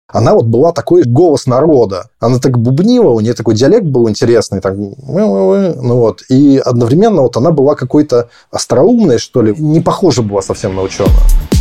Она вот была такой голос народа. Она так бубнила, у нее такой диалект был интересный, так, ну вот. И одновременно вот она была какой-то остроумной, что ли, не похожа была совсем на ученую.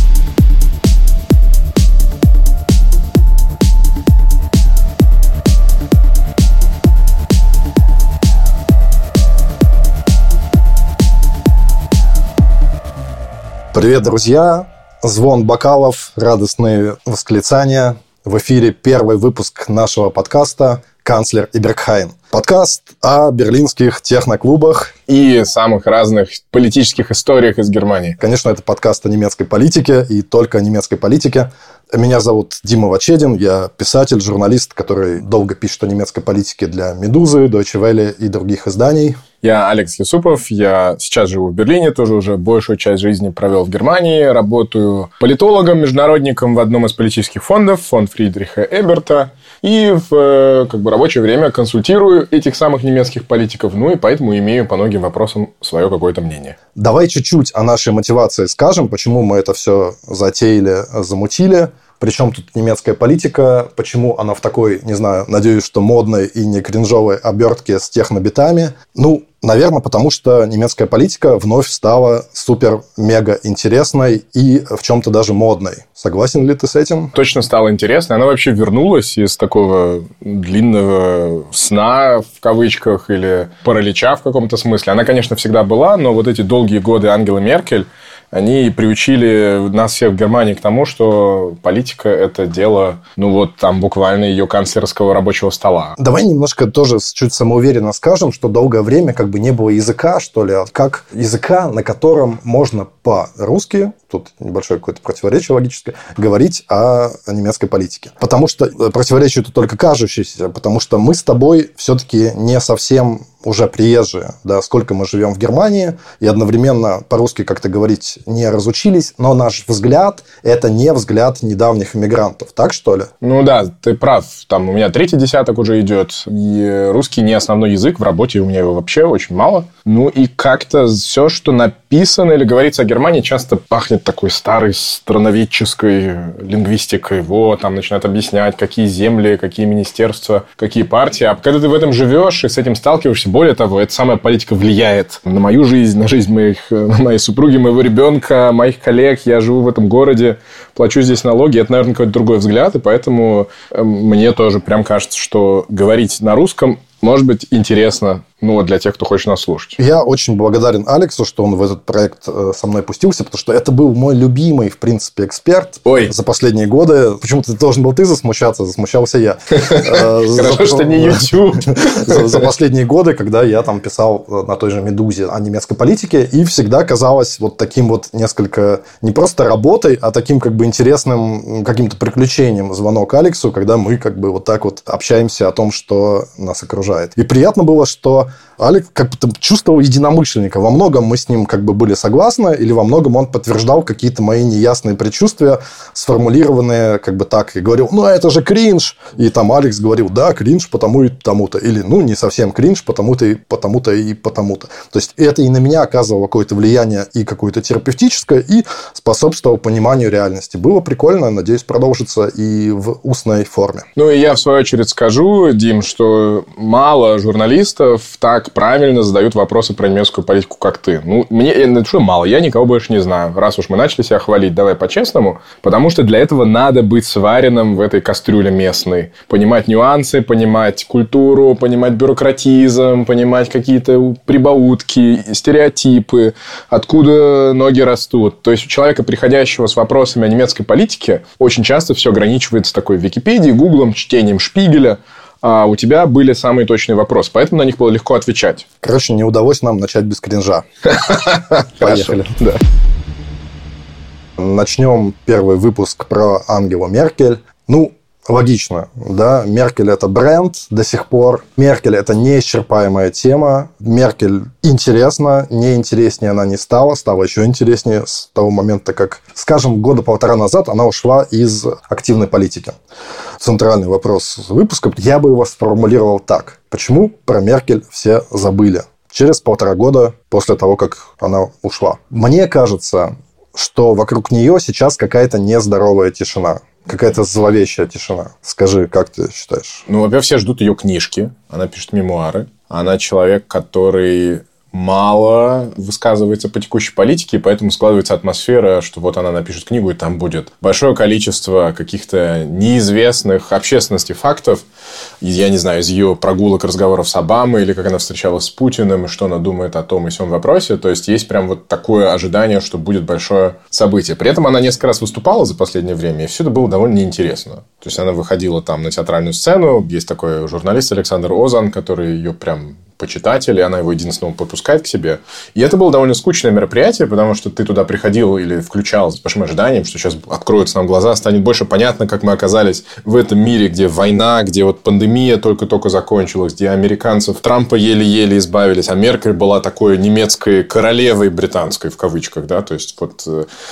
Привет, друзья! Звон бокалов, радостные восклицания. В эфире первый выпуск нашего подкаста «Канцлер и Бергхайн». Подкаст о берлинских техноклубах и самых разных политических историях из Германии. Конечно, это подкаст о немецкой политике и только о немецкой политике. Меня зовут Дима Вачедин, я писатель, журналист, который долго пишет о немецкой политике для «Медузы», Deutsche Welle и других изданий. Я Алекс Юсупов, я сейчас живу в Берлине, тоже уже большую часть жизни провел в Германии, работаю политологом, международником в одном из политических фондов, фонд Фридриха Эберта, и в рабочее время консультирую этих самых немецких политиков, и поэтому имею по многим вопросам свое какое-то мнение. Давай чуть-чуть о нашей мотивации скажем, почему мы это все затеяли, замутили. Причем тут немецкая политика, почему она в такой, не знаю, надеюсь, что модной и не кринжовой обертке с технобитами. Наверное, потому что немецкая политика вновь стала супер-мега интересной и в чем-то даже модной. Согласен ли ты с этим? Точно стало интересной. Она вообще вернулась из такого длинного сна, в кавычках, или паралича в каком-то смысле. Она, конечно, всегда была, но вот эти долгие годы Ангелы Меркель, они приучили нас всех в Германии к тому, что политика – это дело, буквально ее канцлерского рабочего стола. Давай немножко тоже чуть самоуверенно скажем, что долгое время не было языка, что ли, как языка, на котором можно по-русски, тут небольшое какое-то противоречие логическое, говорить о немецкой политике. Потому что противоречие это только кажущееся, потому что мы с тобой все-таки не совсем уже приезжие, да, сколько мы живем в Германии, и одновременно по-русски как-то говорить не разучились, но наш взгляд – это не взгляд недавних иммигрантов, так что ли? Да, ты прав. Там у меня 3-й десяток уже идет, и русский не основной язык, в работе у меня его вообще очень мало. И как-то все, что написано или говорится о Германии, часто пахнет такой старой страноведческой лингвистикой. Там начинают объяснять, какие земли, какие министерства, какие партии. А когда ты в этом живешь и с этим сталкиваешься, более того, эта самая политика влияет на мою жизнь, на жизнь моей супруги, моего ребенка, моих коллег. Я живу в этом городе, плачу здесь налоги. Это, наверное, какой-то другой взгляд. И поэтому мне тоже прям кажется, что говорить на русском может быть интересно, для тех, кто хочет нас слушать. Я очень благодарен Алексу, что он в этот проект со мной пустился, потому что это был мой любимый, в принципе, эксперт за последние годы. Почему-то должен был ты засмущался я. Хорошо, что не YouTube. За последние годы, когда я там писал на той же «Медузе» о немецкой политике, и всегда казалось таким несколько, не просто работой, а таким интересным каким-то приключением звонок Алексу, когда мы так общаемся о том, что нас окружает. И приятно было, что Алекс чувствовал единомышленника. Во многом мы с ним были согласны, или во многом он подтверждал какие-то мои неясные предчувствия, сформулированные так. И говорил, это же кринж. И там Алекс говорил, да, кринж потому и потому-то. Или, не совсем кринж, потому-то и потому-то и потому-то. То есть, это и на меня оказывало какое-то влияние и какое-то терапевтическое, и способствовало пониманию реальности. Было прикольно, надеюсь, продолжится и в устной форме. И я, в свою очередь, скажу, Дим, что мало журналистов так правильно задают вопросы про немецкую политику, как ты. Мне что мало, я никого больше не знаю. Раз уж мы начали себя хвалить, давай по-честному. Потому что для этого надо быть сваренным в этой кастрюле местной. Понимать нюансы, понимать культуру, понимать бюрократизм, понимать какие-то прибаутки, стереотипы, откуда ноги растут. То есть, у человека, приходящего с вопросами о немецкой политике, очень часто все ограничивается такой Википедией, Гуглом, чтением Шпигеля. А у тебя были самые точные вопросы, поэтому на них было легко отвечать. Короче, не удалось нам начать без кринжа. Поехали. Начнем первый выпуск про Ангелу Меркель. Логично, да, Меркель – это бренд до сих пор. Меркель – это неисчерпаемая тема. Меркель интересна, неинтереснее она не стала еще интереснее с того момента, как, скажем, года полтора назад она ушла из активной политики. Центральный вопрос выпуска, я бы его сформулировал так. Почему про Меркель все забыли? Через 1,5 года после того, как она ушла. Мне кажется, что вокруг нее сейчас какая-то нездоровая тишина. какая-то зловещая тишина. Скажи, как ты считаешь? Ну, во-первых, все ждут ее книжки. Она пишет мемуары. Она человек, который мало высказывается по текущей политике, и поэтому складывается атмосфера, что вот она напишет книгу, и там будет большое количество каких-то неизвестных общественности фактов. Я не знаю, из ее прогулок, разговоров с Обамой, или как она встречалась с Путиным, и что она думает о том и сём вопросе. То есть, есть прям вот такое ожидание, что будет большое событие. При этом она несколько раз выступала за последнее время, и все это было довольно неинтересно. То есть, она выходила там на театральную сцену. Есть такой журналист Александр Озан, который ее прям почитатель, и она его единственного подпускает к себе. И это было довольно скучное мероприятие, потому что ты туда приходил или включал с большим ожиданием, что сейчас откроются нам глаза, станет больше понятно, как мы оказались в этом мире, где война, где вот пандемия только-только закончилась, где американцев Трампа еле-еле избавились, а Меркель была такой немецкой королевой британской, в кавычках, да, то есть вот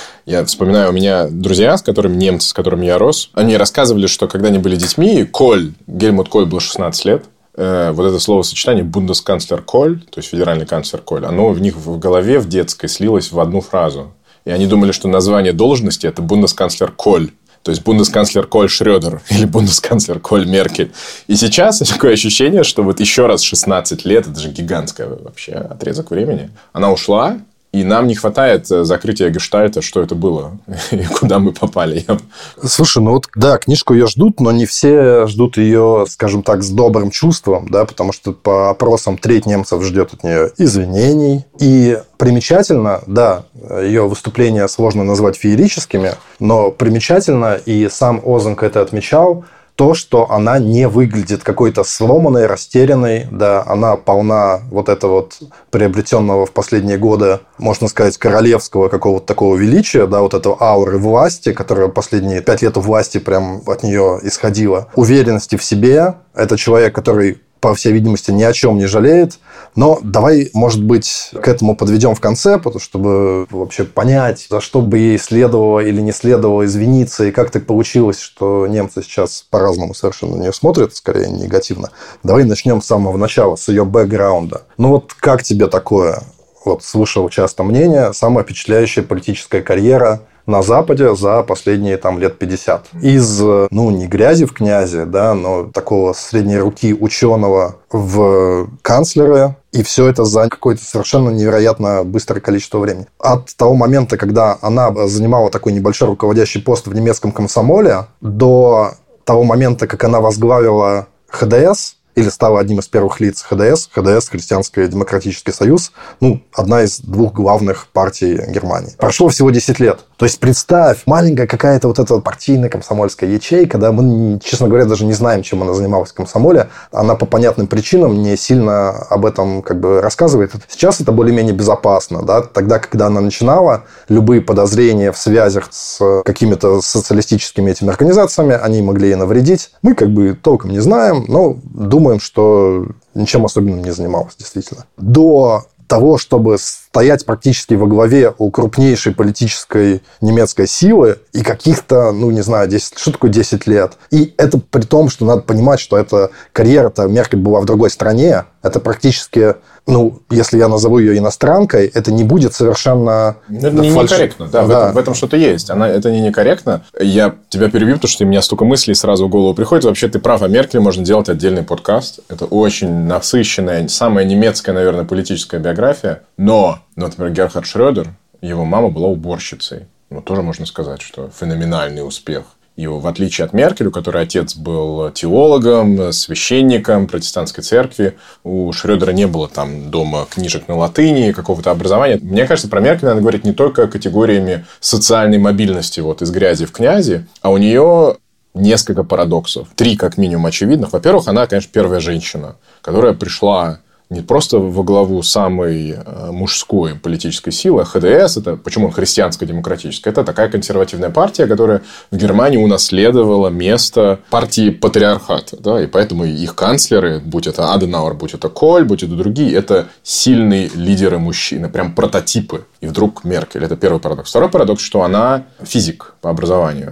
я вспоминаю, у меня друзья, немцы, с которыми я рос, они рассказывали, что когда они были детьми, Гельмут Коль был 16 лет, вот это словосочетание «бундесканцлер Коль», то есть федеральный канцлер Коль, оно в них в голове в детской слилось в одну фразу. И они думали, что название должности – это «бундесканцлер Коль». То есть, бундесканцлер Коль Шрёдер или бундесканцлер Коль Меркель. И сейчас такое ощущение, что вот еще раз 16 лет, это же гигантский вообще отрезок времени, она ушла, и нам не хватает закрытия гештальта, что это было и куда мы попали. Слушай, ну вот, да, книжку ее ждут, но не все ждут ее, скажем так, с добрым чувством, да, потому что по опросам треть немцев ждет от нее извинений. И примечательно, да, ее выступления сложно назвать феерическими, но примечательно, и сам Озанк это отмечал, то, что она не выглядит какой-то сломанной, растерянной, да, она полна вот этого вот приобретенного в последние годы, можно сказать, королевского какого-то такого величия, да, вот этого ауры власти, которая последние 5 лет у власти прям от нее исходила, уверенности в себе. Это человек, который, по всей видимости, ни о чем не жалеет. Но давай, может быть, к этому подведем в конце, чтобы вообще понять, за что бы ей следовало или не следовало извиниться, и как так получилось, что немцы сейчас по-разному совершенно на нее смотрят, скорее негативно. Давай начнем с самого начала, с ее бэкграунда. Ну вот как тебе такое? Вот слышал часто мнение, самая впечатляющая политическая карьера на Западе за последние там лет 50. Из, не грязи в князи, да, но такого средней руки ученого в канцлеры. И все это за какое-то совершенно невероятно быстрое количество времени. От того момента, когда она занимала такой небольшой руководящий пост в немецком комсомоле, до того момента, как она возглавила ХДС, или стала одним из первых лиц ХДС, Христианско-демократический союз, одна из двух главных партий Германии. Прошло всего 10 лет. То есть, представь, маленькая какая-то вот эта партийная комсомольская ячейка, да, мы, честно говоря, даже не знаем, чем она занималась в комсомоле. Она по понятным причинам не сильно об этом рассказывает. Сейчас это более-менее безопасно, да. Тогда, когда она начинала, любые подозрения в связях с какими-то социалистическими этими организациями, они могли ей навредить. Мы толком не знаем, но думаем, что ничем особенным не занималась, действительно. До того, чтобы стоять практически во главе у крупнейшей политической немецкой силы и каких-то, 10, что такое 10 лет? И это при том, что надо понимать, что эта карьера-то Меркель была в другой стране. Это практически, если я назову ее иностранкой, это не будет совершенно... Это некорректно, да. В этом что-то есть. Это не некорректно. Я тебя перебью, потому что у меня столько мыслей сразу в голову приходит. Вообще, ты прав, о Меркель можно делать отдельный подкаст. Это очень насыщенная, самая немецкая, наверное, политическая биография. Но, например, Герхард Шрёдер, его мама была уборщицей. Тоже можно сказать, что феноменальный успех. И в отличие от Меркель, у которой отец был теологом, священником протестантской церкви, у Шрёдера не было там дома книжек на латыни, какого-то образования. Мне кажется, про Меркель надо говорить не только категориями социальной мобильности, из грязи в князи, а у нее несколько парадоксов. 3, как минимум, очевидных. Во-первых, она, конечно, первая женщина, которая пришла не просто во главу самой мужской политической силы, а ХДС, это почему христианско-демократическая, это такая консервативная партия, которая в Германии унаследовала место партии патриархата. Да, и поэтому их канцлеры, будь это Аденауэр, будь это Коль, будь это другие, это сильные лидеры мужчины, прям прототипы. И вдруг Меркель. Это первый парадокс. Второй парадокс, что она физик по образованию.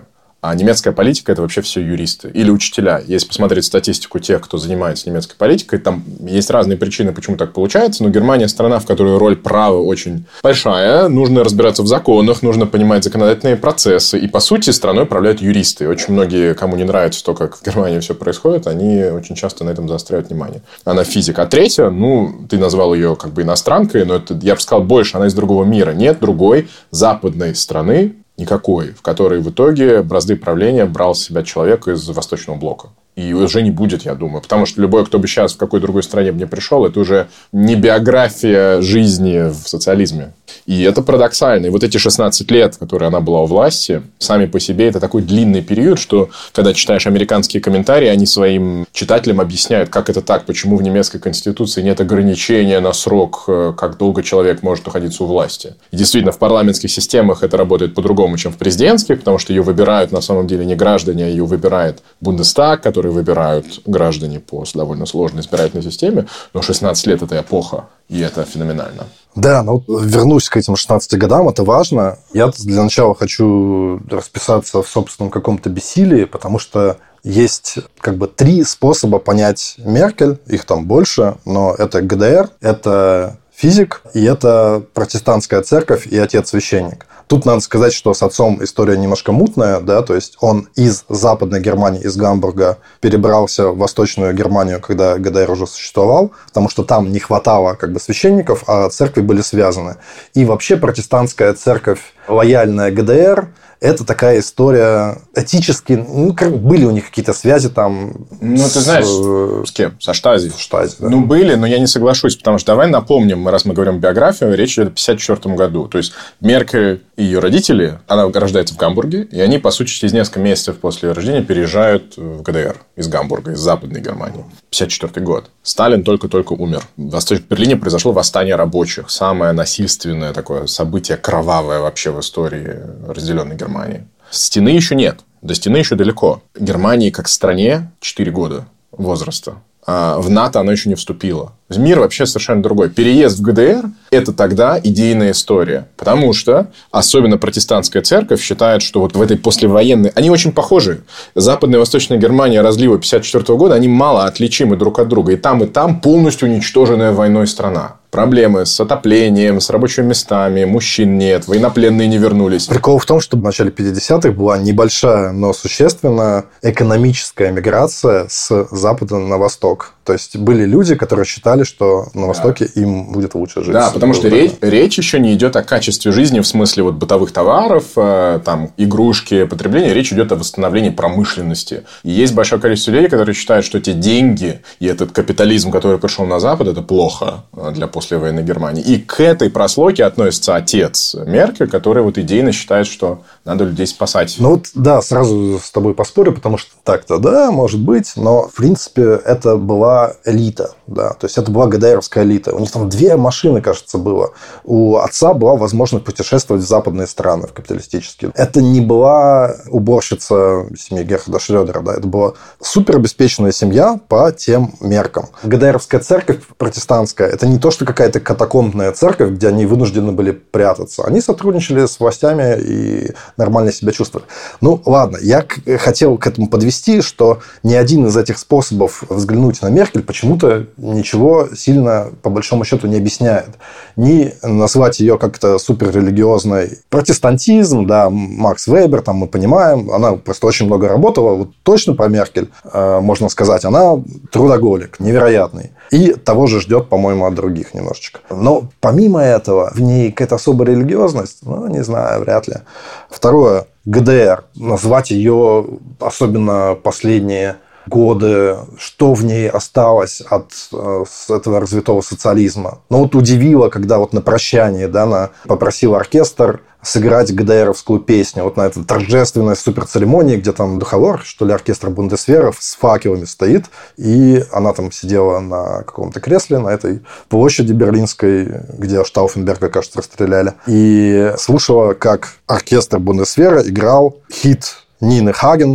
А немецкая политика – это вообще все юристы или учителя. Если посмотреть статистику тех, кто занимается немецкой политикой, там есть разные причины, почему так получается. Но Германия – страна, в которой роль права очень большая. Нужно разбираться в законах, нужно понимать законодательные процессы. И, по сути, страной управляют юристы. И очень многие, кому не нравится то, как в Германии все происходит, они очень часто на этом заостряют внимание. Она физик. А третья, ты назвал ее как бы иностранкой, но это, я бы сказал, больше, она из другого мира. Нет другой западной страны, никакой, в которой в итоге бразды правления брал с себя человек из Восточного блока. И уже не будет, я думаю. Потому что любой, кто бы сейчас в какой другой стране бы не пришел, это уже не биография жизни в социализме. И это парадоксально. И вот эти 16 лет, которые она была у власти, сами по себе это такой длинный период, что когда читаешь американские комментарии, они своим читателям объясняют, как это так, почему в немецкой конституции нет ограничения на срок, как долго человек может находиться у власти. И действительно, в парламентских системах это работает по-другому, чем в президентских, потому что ее выбирают на самом деле не граждане, а ее выбирает Бундестаг, который выбирают граждане по довольно сложной избирательной системе. Но 16 лет – это эпоха, и это феноменально. Да, вернусь к этим 16 годам, это важно. Я для начала хочу расписаться в собственном каком-то бессилии, потому что есть как бы 3 способа понять Меркель, их там больше, но это ГДР, это физик, и это протестантская церковь и отец-священник. Тут надо сказать, что с отцом история немножко мутная, да, то есть он из Западной Германии, из Гамбурга, перебрался в Восточную Германию, когда ГДР уже существовал, потому что там не хватало как бы священников, а церкви были связаны. И вообще протестантская церковь, лояльная ГДР, это такая история этически... были у них какие-то связи там... ты знаешь, с кем? Со Штази. Штази, да. Были, но я не соглашусь, потому что давай напомним, раз мы говорим биографию, речь идет о 1954 году. То есть, Меркель и ее родители, она рождается в Гамбурге, и они, по сути, через несколько месяцев после ее рождения переезжают в ГДР из Гамбурга, из Западной Германии. 1954 год. Сталин только-только умер. В Берлине произошло восстание рабочих. Самое насильственное такое событие, кровавое вообще в истории разделенной Германии. Стены еще нет. До стены еще далеко. Германии как стране 4 года возраста. А в НАТО она еще не вступила. Мир вообще совершенно другой. Переезд в ГДР – это тогда идейная история. Потому что, особенно протестантская церковь считает, что вот в этой послевоенной... Они очень похожи. Западная и Восточная Германия разлива 1954 года, они мало отличимы друг от друга. И там полностью уничтоженная войной страна. Проблемы с отоплением, с рабочими местами, мужчин нет, военнопленные не вернулись. Прикол в том, что в начале 50-х была небольшая, но существенная экономическая миграция с запада на восток. То есть, были люди, которые считали, что на Востоке им будет лучше жить. Да, потому что речь еще не идет о качестве жизни в смысле вот бытовых товаров, там, игрушки, потребления. Речь идет о восстановлении промышленности. И есть большое количество людей, которые считают, что эти деньги и этот капитализм, который пришел на Запад, это плохо для послевоенной Германии. И к этой прослойке относится отец Меркель, который вот идейно считает, что надо людей спасать. Да, сразу с тобой поспорю, потому что так-то да, может быть, но в принципе это была элита, да, то есть это была ГДРовская элита. У них там 2 машины, кажется, было. У отца была возможность путешествовать в западные страны, в капиталистические. Это не была уборщица семьи Герхарда Шрёдера, да, это была суперобеспеченная семья по тем меркам. ГДРовская церковь протестантская – это не то, что какая-то катакомбная церковь, где они вынуждены были прятаться. Они сотрудничали с властями и нормально себя чувствовали. Ладно, я хотел к этому подвести, что ни один из этих способов взглянуть на Меркель почему-то ничего сильно, по большому счету, не объясняет. Ни назвать ее как-то суперрелигиозной. Протестантизм, да, Макс Вебер, там мы понимаем, она просто очень много работала. Вот точно про Меркель можно сказать, она трудоголик, невероятный. И того же ждет, по-моему, от других немножечко. Но помимо этого, в ней какая-то особая религиозность, не знаю, вряд ли. Второе, ГДР. Назвать ее, особенно последние годы, что в ней осталось от этого развитого социализма. Удивило, когда на прощании, да, она попросила оркестр сыграть ГДРовскую песню. На этой торжественной суперцеремонии, где там духовор, что ли, оркестр Бундесверов с факелами стоит, и она там сидела на каком-то кресле на этой площади берлинской, где Штауфенберга, кажется, расстреляли, и слушала, как оркестр Бундесвера играл хит Нины Хаген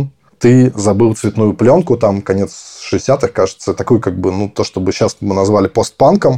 ты забыл цветную пленку, там конец 60-х, кажется, такой как бы, ну, то, что бы сейчас мы назвали постпанком.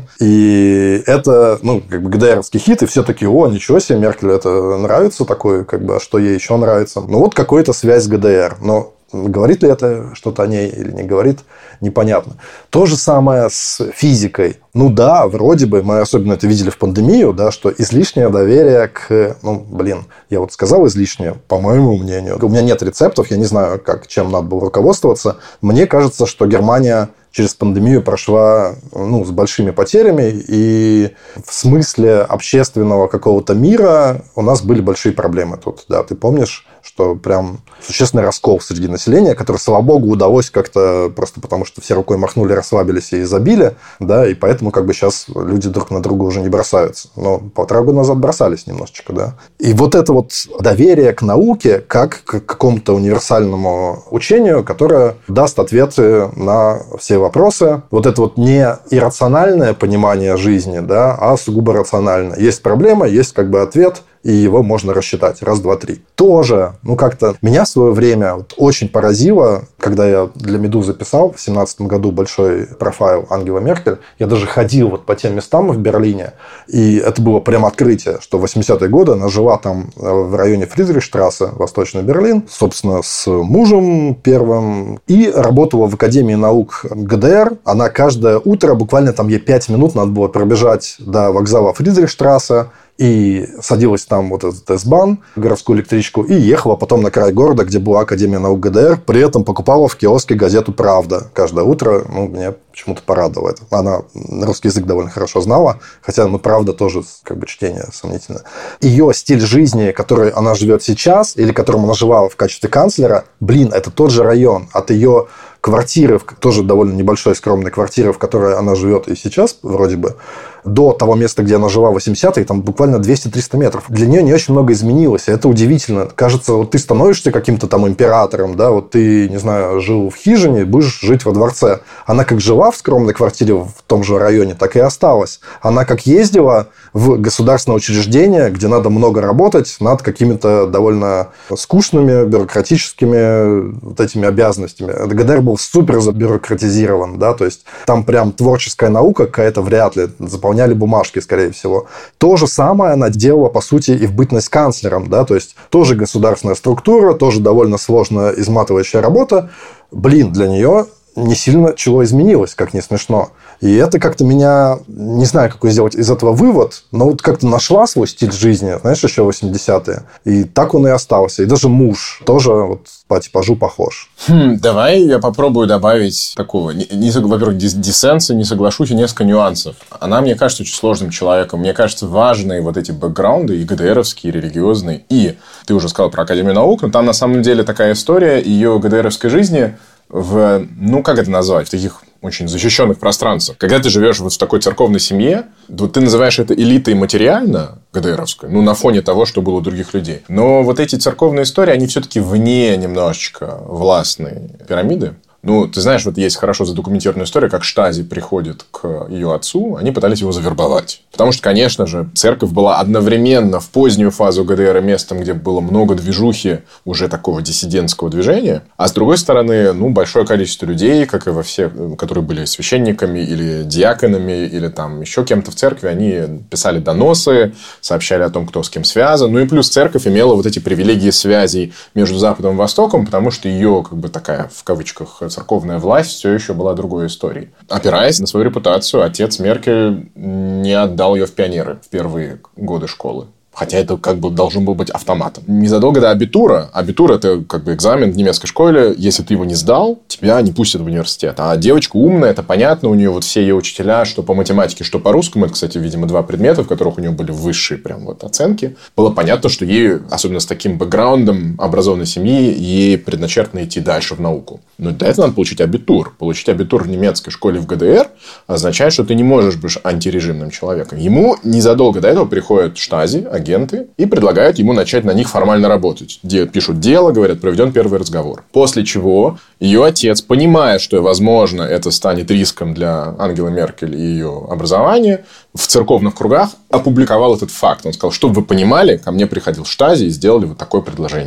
И это, ну, как бы ГДРовский хит, и все такие, о, ничего себе, Меркель это нравится такое, как бы, а что ей еще нравится? Ну, вот какая-то связь с ГДР. Но говорит ли это что-то о ней или не говорит, непонятно. То же самое с физикой. Ну да, вроде бы, мы особенно это видели в пандемию, да, что излишнее доверие к... Ну, блин, я вот сказал излишнее, по моему мнению. У меня нет рецептов, я не знаю, чем надо было руководствоваться. Мне кажется, что Германия через пандемию прошла, ну, с большими потерями, и в смысле общественного какого-то мира у нас были большие проблемы тут. Да, ты помнишь, что прям существенный раскол среди населения, который, слава богу, удалось как-то просто потому, что все рукой махнули, расслабились и забили, да, и поэтому как бы сейчас люди друг на друга уже не бросаются. Но 1,5 года назад бросались немножечко, да. И вот это вот доверие к науке как к какому-то универсальному учению, которое даст ответы на все вопросы. Вот это вот не иррациональное понимание жизни, да, а сугубо рациональное. Есть проблема, есть как бы ответ, и его можно рассчитать. 1, 2, 3. Тоже, ну, как-то меня в свое время вот очень поразило, когда я для «Медузы» писал в 2017 году большой профайл Ангелы Меркель. Я даже ходил вот по тем местам в Берлине, и это было прям открытие, что в 80-е годы она жила там в районе Фридрихштрассе, Восточный Берлин, собственно, с мужем первым, и работала в Академии наук ГДР. Она каждое утро, буквально там ей 5 минут надо было пробежать до вокзала Фридрихштрассе, и садилась там вот этот S-Bahn, городскую электричку, и ехала потом на край города, где была Академия наук ГДР. При этом покупала в киоске газету «Правда» каждое утро. Ну, меня почему-то порадовало это. Она русский язык довольно хорошо знала, хотя, ну, «Правда» тоже как бы чтение сомнительное. Ее стиль жизни, который она живет сейчас, или которым она жила в качестве канцлера, блин, это тот же район. От ее квартиры, тоже довольно небольшой скромной квартиры, в которой она живет и сейчас, вроде бы, до того места, где она жила в 80-е, там буквально 200-300 метров. Для нее не очень много изменилось, и это удивительно. Кажется, вот ты становишься каким-то там императором, да, вот ты, не знаю, жил в хижине, будешь жить во дворце. Она как жила в скромной квартире в том же районе, так и осталась. Она как ездила в государственное учреждение, где надо много работать над какими-то довольно скучными, бюрократическими вот этими обязанностями. ГДР был супер забюрократизирован, да, то есть там прям творческая наука какая-то вряд ли, заполняли бумажки, скорее всего. То же самое она делала, по сути, и в бытность канцлером, да, то есть тоже государственная структура, тоже довольно сложная, изматывающая работа. Блин, для нее не сильно чего изменилось, как ни смешно. И это как-то меня... Не знаю, какой сделать из этого вывод, но вот как-то нашла свой стиль жизни, знаешь, еще 80-е. И так он и остался. И даже муж тоже вот по типажу похож. Давай я попробую добавить такого. Во-первых, диссенса, не соглашусь, и несколько нюансов. Она, мне кажется, очень сложным человеком. Мне кажется, важные вот эти бэкграунды, и ГДРовские, и религиозные. И ты уже сказал про Академию наук, но там на самом деле такая история ее ГДРовской жизни в, ну, как это назвать, в таких очень защищенных пространствах. Когда ты живешь вот в такой церковной семье, вот ты называешь это элитой материально, ГДРовской, ну, на фоне того, что было у других людей. Но вот эти церковные истории, они все-таки вне немножечко властной пирамиды. Ну, ты знаешь, вот есть хорошо задокументированная история, как Штази приходит к ее отцу, они пытались его завербовать. Потому что, конечно же, церковь была одновременно в позднюю фазу ГДР местом, где было много движухи уже такого диссидентского движения, а с другой стороны, ну, большое количество людей, как и во всех, которые были священниками или диаконами, или там еще кем-то в церкви, они писали доносы, сообщали о том, кто с кем связан. Ну, и плюс церковь имела вот эти привилегии связей между Западом и Востоком, потому что ее, как бы такая, в кавычках, церковная власть все еще была другой историей. Опираясь на свою репутацию, отец Меркель не отдал ее в пионеры в первые годы школы. Хотя это как бы должен был быть автоматом. Незадолго до абитура. Абитур – это как бы экзамен в немецкой школе. Если ты его не сдал, тебя не пустят в университет. А девочка умная, это понятно. У нее вот все ее учителя, что по математике, что по русскому. Это, кстати, видимо, 2 предмета, в которых у нее были высшие прям вот оценки. Было понятно, что ей, особенно с таким бэкграундом образованной семьи, ей предначертано идти дальше в науку. Но для этого надо получить абитур. Получить абитур в немецкой школе в ГДР означает, что ты не можешь быть антирежимным человеком. Ему незадолго до этого приходят Штази, агенты, и предлагают ему начать на них формально работать. Пишут дело, говорят, проведен первый разговор. После чего ее отец, понимая, что, возможно, это станет риском для Ангелы Меркель и ее образования, в церковных кругах опубликовал этот факт. Он сказал, чтобы вы понимали, ко мне приходил Штази и сделали вот такое предложение.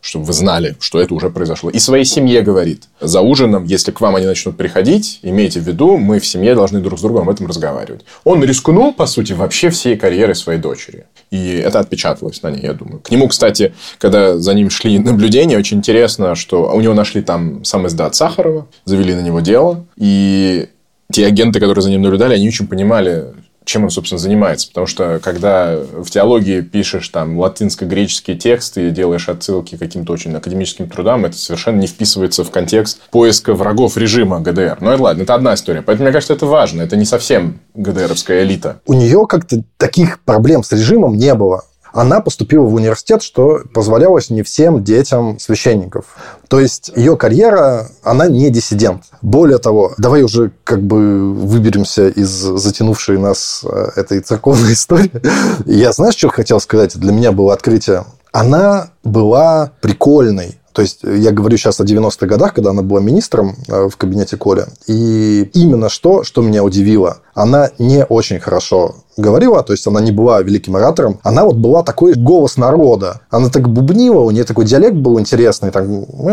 чтобы вы знали, что это уже произошло. И своей семье говорит. За ужином, если к вам они начнут приходить, имейте в виду, мы в семье должны друг с другом об этом разговаривать. Он рискнул, по сути, вообще всей карьерой своей дочери. И это отпечаталось на ней, я думаю. К нему, кстати, когда за ним шли наблюдения, очень интересно, что у него нашли там сам издат Сахарова, завели на него дело. И те агенты, которые за ним наблюдали, они очень понимали, чем он, собственно, занимается. Потому что, когда в теологии пишешь там латинско-греческие тексты и делаешь отсылки к каким-то очень академическим трудам, это совершенно не вписывается в контекст поиска врагов режима ГДР. Но это ладно, это одна история. Поэтому, мне кажется, это важно. Это не совсем ГДРовская элита. У нее как-то таких проблем с режимом не было. Она поступила в университет, что позволялось не всем детям священников. То есть, ее карьера, она не диссидент. Более того, давай уже как бы выберемся из затянувшей нас этой церковной истории. Я, знаешь, что хотел сказать? Для меня было открытие. Она была прикольной. То есть, я говорю сейчас о 90-х годах, когда она была министром в кабинете Коля. И именно что меня удивило, она не очень хорошо говорила, то есть, она не была великим оратором. Она вот была такой голос народа. Она так бубнила, у нее такой диалект был интересный. Так,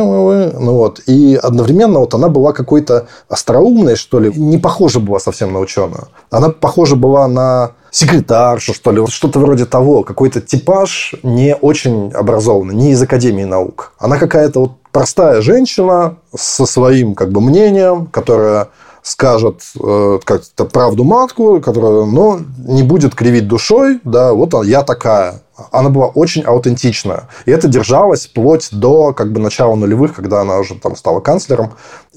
ну вот. И одновременно вот она была какой-то остроумной, что ли. Не похожа была совсем на ученую. Она похожа была на секретаршу, что ли. Что-то вроде того. Какой-то типаж не очень образованный, не из Академии наук. Она какая-то вот простая женщина со своим как бы мнением, которая скажет как-то правду матку, которая, но не будет кривить душой, да, вот я такая. Она была очень аутентичная. И это держалось вплоть до как бы начала нулевых, когда она уже там стала канцлером,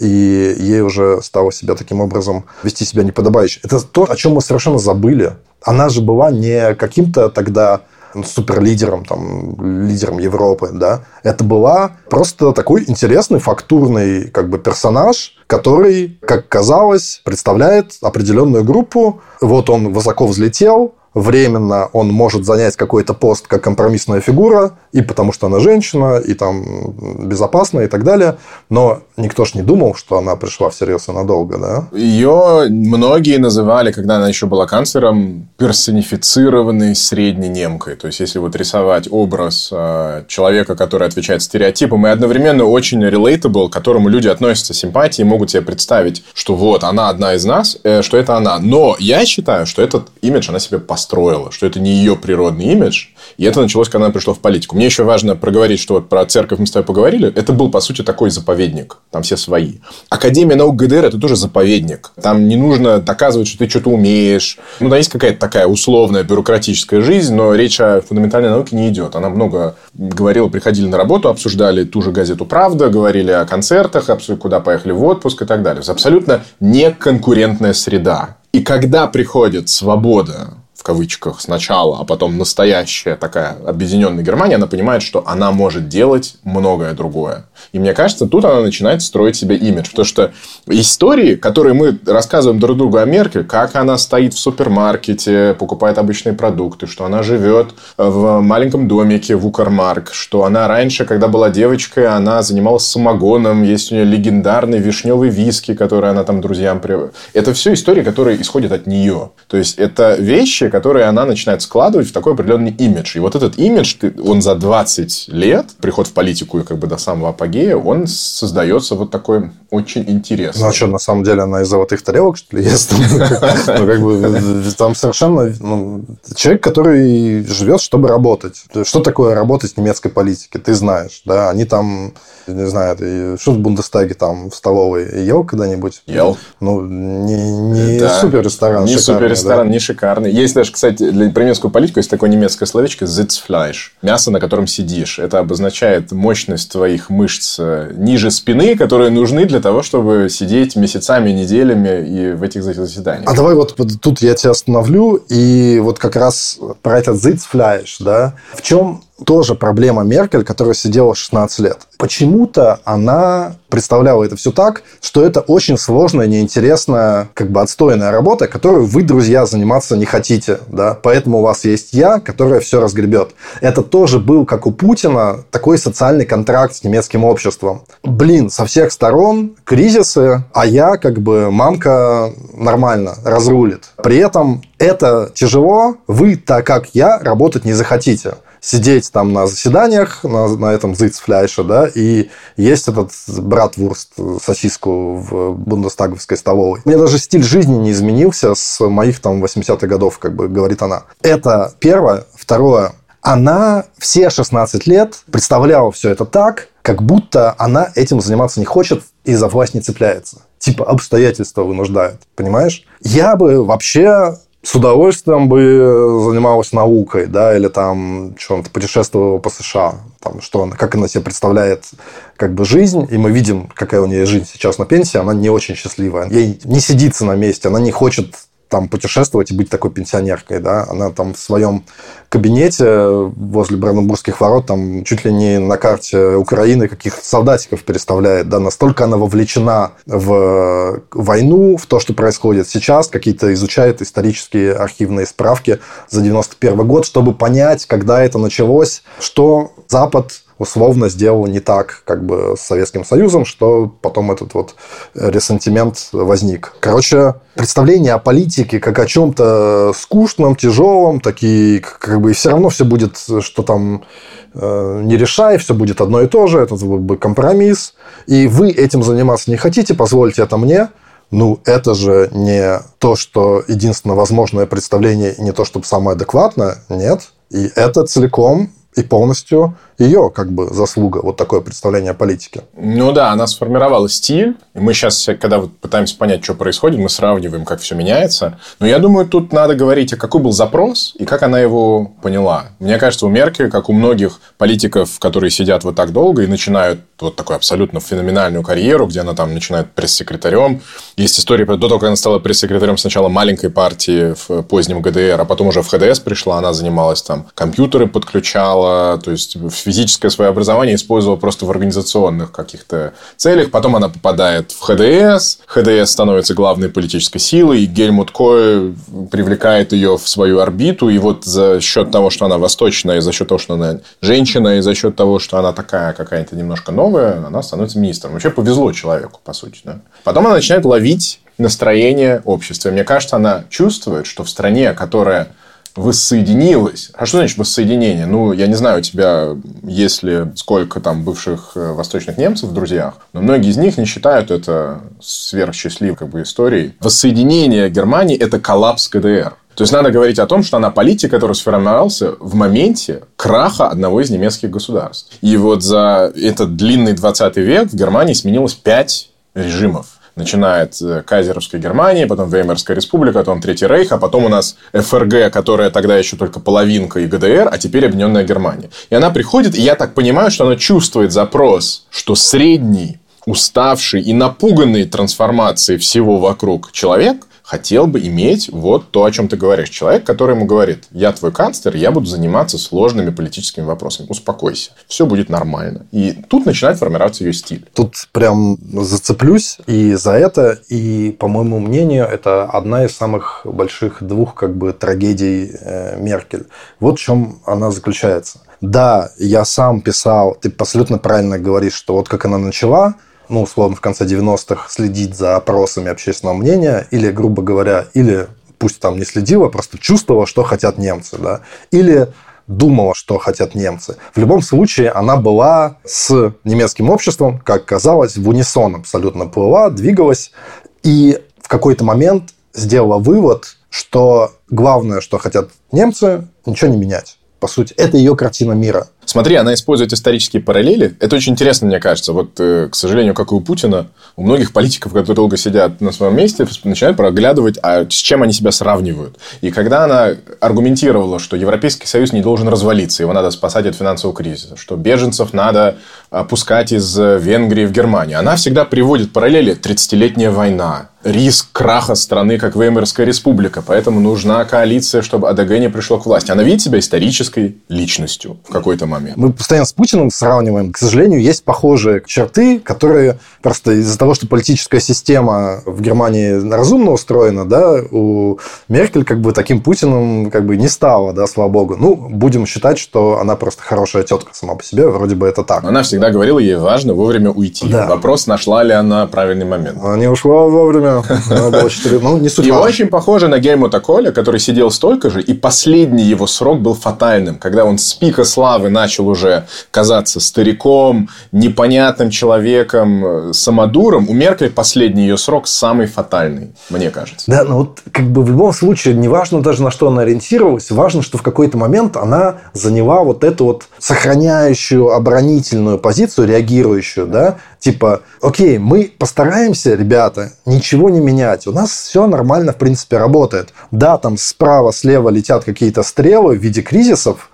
и ей уже стало себя таким образом вести себя неподобающе. Это то, о чем мы совершенно забыли. Она же была не каким-то тогда суперлидером, там, лидером Европы, да. Это была просто такой интересный, фактурный как бы персонаж, который, как казалось, представляет определенную группу. Вот он высоко взлетел, временно он может занять какой-то пост как компромиссная фигура, и потому что она женщина, и там безопасна, и так далее. Но никто ж не думал, что она пришла всерьез и надолго, да? Ее многие называли, когда она еще была канцлером, персонифицированной средней немкой. То есть, если вот рисовать образ человека, который отвечает стереотипам, и одновременно очень relatable, к которому люди относятся с симпатией, могут себе представить, что вот, она одна из нас, что это она. Но я считаю, что этот имидж она себе построила, что это не ее природный имидж, и это началось, когда она пришла в политику. Мне еще важно проговорить, что вот про церковь мы с тобой поговорили. Это был, по сути, такой заповедник. Там все свои. Академия наук ГДР – это тоже заповедник. Там не нужно доказывать, что ты что-то умеешь. Ну, да, есть какая-то такая условная бюрократическая жизнь, но речь о фундаментальной науке не идет. Она много говорила, приходили на работу, обсуждали ту же газету «Правда», говорили о концертах, куда поехали в отпуск и так далее. Абсолютно неконкурентная среда. И когда приходит свобода, в кавычках, сначала, а потом настоящая такая объединенная Германия, она понимает, что она может делать многое другое. И мне кажется, тут она начинает строить себе имидж. Потому что истории, которые мы рассказываем друг другу о Меркель, как она стоит в супермаркете, покупает обычные продукты, что она живет в маленьком домике в Укрмарк, что она раньше, когда была девочкой, она занималась самогоном, есть у нее легендарный вишневый виски, который она там друзьям приводит. Это все истории, которые исходят от нее. То есть, это вещи, которые она начинает складывать в такой определенный имидж. И вот этот имидж, он за 20 лет, приход в политику и как бы до самого апогея, он создается вот такой очень интересный. Ну, а что, на самом деле, она из золотых тарелок, что ли, ест? Ну, как бы, там совершенно человек, который живет, чтобы работать. Что такое работать в немецкой политике? Ты знаешь, да? Они там, не знаю, что в Бундестаге там в столовой ел когда-нибудь? Ел. Ну, не супер-ресторан. Не супер-ресторан, не шикарный. Есть даже, кстати, про немецкую политику есть такое немецкое словечко «Sitzfleisch». Мясо, на котором сидишь. Это обозначает мощность твоих мышц ниже спины, которые нужны для того, чтобы сидеть месяцами, неделями и в этих заседаниях. А давай вот тут я тебя остановлю. И вот как раз про этот «Sitzfleisch», да, в чем тоже проблема Меркель, которая сидела 16 лет. Почему-то она представляла это все так, что это очень сложная, неинтересная, как бы отстойная работа, которую вы, друзья, заниматься не хотите. Да? Поэтому у вас есть я, которая все разгребет. Это тоже был, как у Путина, такой социальный контракт с немецким обществом. Блин, со всех сторон кризисы, а я, как бы, мамка нормально разрулит. При этом это тяжело, вы, так как я, работать не захотите. сидеть там на заседаниях, на этом зицфляйше, да, и есть этот братвурст, сосиску в бундестаговской столовой. У меня даже стиль жизни не изменился с моих там 80-х годов, как бы говорит она. Это первое. Второе. Она все 16 лет представляла все это так, как будто она этим заниматься не хочет и за власть не цепляется. Типа обстоятельства вынуждают. Понимаешь? Я бы вообще с удовольствием бы занималась наукой, да, или там что-то путешествовала по США, там, как она себе представляет как бы жизнь, и мы видим, какая у нее жизнь сейчас на пенсии, она не очень счастливая. Ей не сидится на месте, она не хочет там путешествовать и быть такой пенсионеркой, да, она там в своем кабинете возле Бранденбургских ворот там чуть ли не на карте Украины каких-то солдатиков переставляет, да, настолько она вовлечена в войну, в то, что происходит сейчас, какие-то изучает исторические архивные справки за 91 год, чтобы понять, когда это началось, что Запад условно сделал не так, как бы с Советским Союзом, что потом этот вот ресентимент возник. Короче, представление о политике как о чем-то скучном, тяжелом, такие, как бы, и все равно все будет, что там не решай, все будет одно и то же, это бы компромисс, и вы этим заниматься не хотите, позвольте это мне. Ну, это же не то, что единственно возможное представление, и не то, чтобы самое адекватное, нет. И это целиком и полностью ее как бы заслуга, вот такое представление о политике. Ну да, она сформировала стиль. И мы сейчас, когда вот пытаемся понять, что происходит, мы сравниваем, как все меняется. Но я думаю, тут надо говорить, какой был запрос и как она его поняла. Мне кажется, у Меркель, как у многих политиков, которые сидят вот так долго и начинают вот такую абсолютно феноменальную карьеру, где она там начинает пресс-секретарем. Есть история до того, как она стала пресс-секретарем сначала маленькой партии в позднем ГДР, а потом уже в ХДС пришла, она занималась там, компьютеры подключала, то есть физическое свое образование использовала просто в организационных каких-то целях. Потом она попадает в ХДС. ХДС становится главной политической силой. И Гельмут Коль привлекает ее в свою орбиту. И вот за счет того, что она восточная, и за счет того, что она женщина, и за счет того, что она такая какая-то немножко новая, она становится министром. Вообще повезло человеку, по сути. Да? Потом она начинает ловить настроение общества. И мне кажется, она чувствует, что в стране, которая воссоединилась. А что значит воссоединение? Ну, я не знаю, у тебя есть ли сколько там бывших восточных немцев в друзьях, но многие из них не считают это сверхсчастливой как бы историей. Воссоединение Германии – это коллапс ГДР. То есть, надо говорить о том, что она политик, который сформировался в моменте краха одного из немецких государств. И вот за этот длинный 20 век в Германии сменилось 5 режимов. Начинает кайзеровская Германия, потом Веймарская республика, потом Третий рейх, а потом у нас ФРГ, которая тогда еще только половинка, и ГДР, а теперь Объединенная Германия. И она приходит, и я так понимаю, что она чувствует запрос, что средний, уставший и напуганный трансформацией всего вокруг человек хотел бы иметь вот то, о чем ты говоришь. Человек, который ему говорит: я твой канцлер, я буду заниматься сложными политическими вопросами. Успокойся, все будет нормально. И тут начинает формироваться ее стиль. Тут прям зацеплюсь и за это, и, по моему мнению, это одна из самых больших двух как бы трагедий Меркель. Вот в чем она заключается. Да, я сам писал, ты абсолютно правильно говоришь, что вот как она начала, ну, условно, в конце 90-х следить за опросами общественного мнения, или, грубо говоря, или пусть там не следила, просто чувствовала, что хотят немцы, да, или думала, что хотят немцы. В любом случае, она была с немецким обществом, как казалось, в унисон абсолютно плыла, двигалась, и в какой-то момент сделала вывод, что главное, что хотят немцы, ничего не менять. По сути, это ее картина мира. Смотри, она использует исторические параллели. Это очень интересно, мне кажется. Вот, к сожалению, как и у Путина, у многих политиков, которые долго сидят на своем месте, начинают проглядывать, а с чем они себя сравнивают. И когда она аргументировала, что Европейский Союз не должен развалиться, его надо спасать от финансового кризиса, что беженцев надо пускать из Венгрии в Германию, она всегда приводит параллели: 30-летняя война, риск краха страны, как Веймарская республика, поэтому нужна коалиция, чтобы АДГ не пришло к власти. Она видит себя исторической личностью в какой-то момент. Мы постоянно с Путиным сравниваем. К сожалению, есть похожие черты, которые просто из-за того, что политическая система в Германии разумно устроена, да, у Меркель как бы таким Путиным как бы не стала, да, слава богу. Ну, будем считать, что она просто хорошая тетка сама по себе, вроде бы это так. Она всегда говорила, ей важно вовремя уйти. Да. Вопрос, нашла ли она правильный момент. Она не ушла вовремя, знаю. Было 4, не суть. И очень похоже на Гельмута Коля, который сидел столько же, и последний его срок был фатальным, когда он с пика славы начал уже казаться стариком, непонятным человеком, самодуром. У Меркель последний ее срок самый фатальный, мне кажется. Да, в любом случае, неважно даже, на что она ориентировалась, важно, что в какой-то момент она заняла эту сохраняющую оборонительную позицию, реагирующую, да, типа, окей, мы постараемся, ребята, ничего не менять. У нас все нормально, в принципе, работает. Да, там справа, слева летят какие-то стрелы в виде кризисов.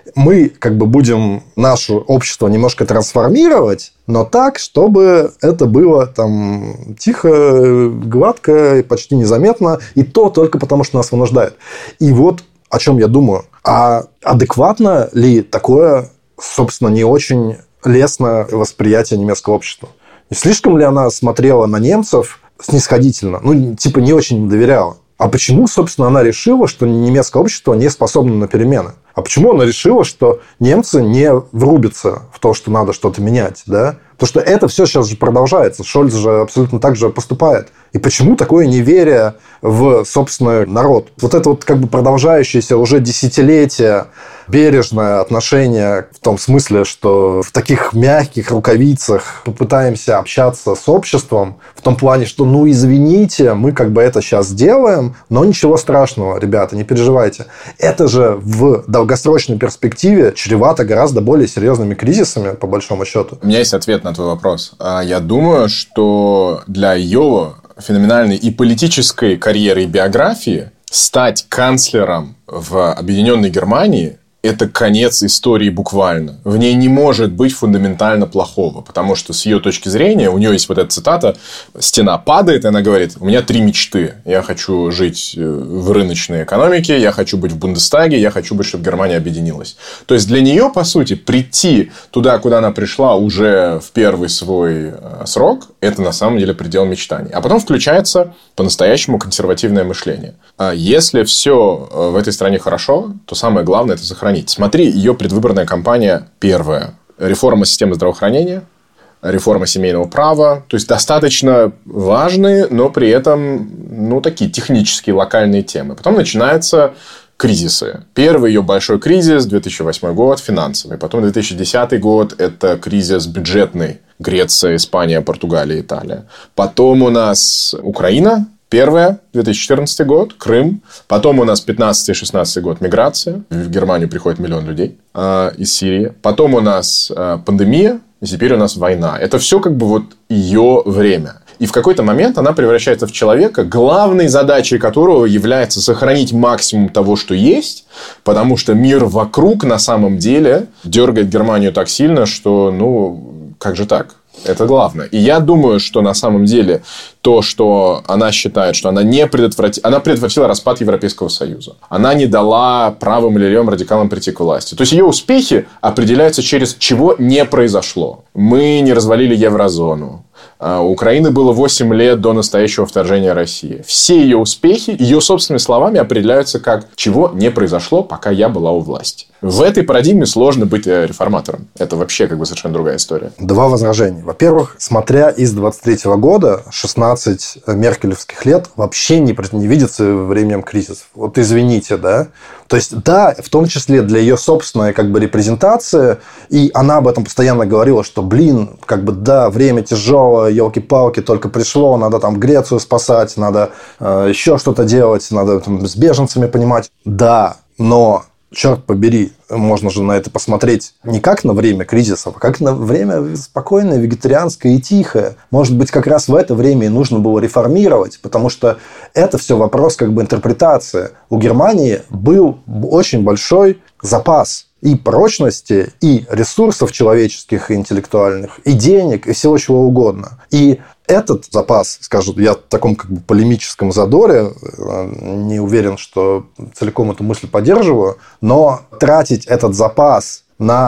Мы будем наше общество немножко трансформировать, но так, чтобы это было там тихо, гладко и почти незаметно. И то только потому, что нас вынуждает. И о чем я думаю. А адекватно ли такое, собственно, не очень лестное восприятие немецкого общества? Не слишком ли она смотрела на немцев снисходительно? Не очень им доверяла. А почему, собственно, она решила, что немецкое общество не способно на перемены? А почему она решила, что немцы не врубятся в то, что надо что-то менять, да? Потому что это все сейчас же продолжается. Шольц же абсолютно так же поступает. И почему такое неверие в собственный народ? Это продолжающееся уже десятилетия бережное отношение в том смысле, что в таких мягких рукавицах попытаемся общаться с обществом в том плане, что извините, мы это сейчас сделаем, но ничего страшного, ребята, не переживайте. Это же в долгосрочной перспективе чревато гораздо более серьезными кризисами, по большому счету. У меня есть ответ на твой вопрос. Я думаю, что для ее феноменальной и политической карьеры, и биографии стать канцлером в Объединенной Германии – это конец истории буквально. В ней не может быть фундаментально плохого, потому что с ее точки зрения, у нее есть эта цитата, стена падает, и она говорит, у меня 3 мечты. Я хочу жить в рыночной экономике, я хочу быть в Бундестаге, я хочу быть, чтобы Германия объединилась. То есть, для нее, по сути, прийти туда, куда она пришла уже в первый свой срок, это на самом деле предел мечтаний. А потом включается по-настоящему консервативное мышление. А если все в этой стране хорошо, то самое главное – это сохранить. Смотри, ее предвыборная кампания первая. Реформа системы здравоохранения, реформа семейного права. То есть, достаточно важные, но при этом такие технические, локальные темы. Потом начинаются кризисы. Первый ее большой кризис, 2008 год, финансовый. Потом 2010 год – это кризис бюджетный. Греция, Испания, Португалия, Италия. Потом у нас Украина. Первое, 2014 год, Крым. Потом у нас 15-16 год, миграция. В Германию приходит 1 миллион людей из Сирии. Потом у нас пандемия. И теперь у нас война. Это все ее время. И в какой-то момент она превращается в человека, главной задачей которого является сохранить максимум того, что есть. Потому что мир вокруг на самом деле дергает Германию так сильно, что, как же так? Это главное. И я думаю, что на самом деле то, что она считает, что она она предотвратила распад Европейского Союза. Она не дала правым или левым радикалам прийти к власти. То есть, ее успехи определяются через чего не произошло. Мы не развалили еврозону. У Украины было 8 лет до настоящего вторжения России. Все ее успехи, ее собственными словами, определяются как чего не произошло, пока я была у власти. В этой парадигме сложно быть реформатором. Это вообще совершенно другая история. 2 возражения. Во-первых, смотря из 23 года, 16 меркелевских лет вообще не видится временем кризисов. Извините, да? То есть, да, в том числе для ее собственной репрезентации, и она об этом постоянно говорила, что, да, время тяжелое, елки-палки, только пришло, надо Грецию спасать, надо еще что-то делать, надо с беженцами понимать. Да, но черт побери, можно же на это посмотреть не как на время кризисов, а как на время спокойное, вегетарианское и тихое. Может быть, как раз в это время и нужно было реформировать, потому что это все вопрос интерпретации. У Германии был очень большой запас и прочности, и ресурсов человеческих и интеллектуальных, и денег, и всего чего угодно. И этот запас, скажу, я в таком полемическом задоре, не уверен, что целиком эту мысль поддерживаю, но тратить этот запас на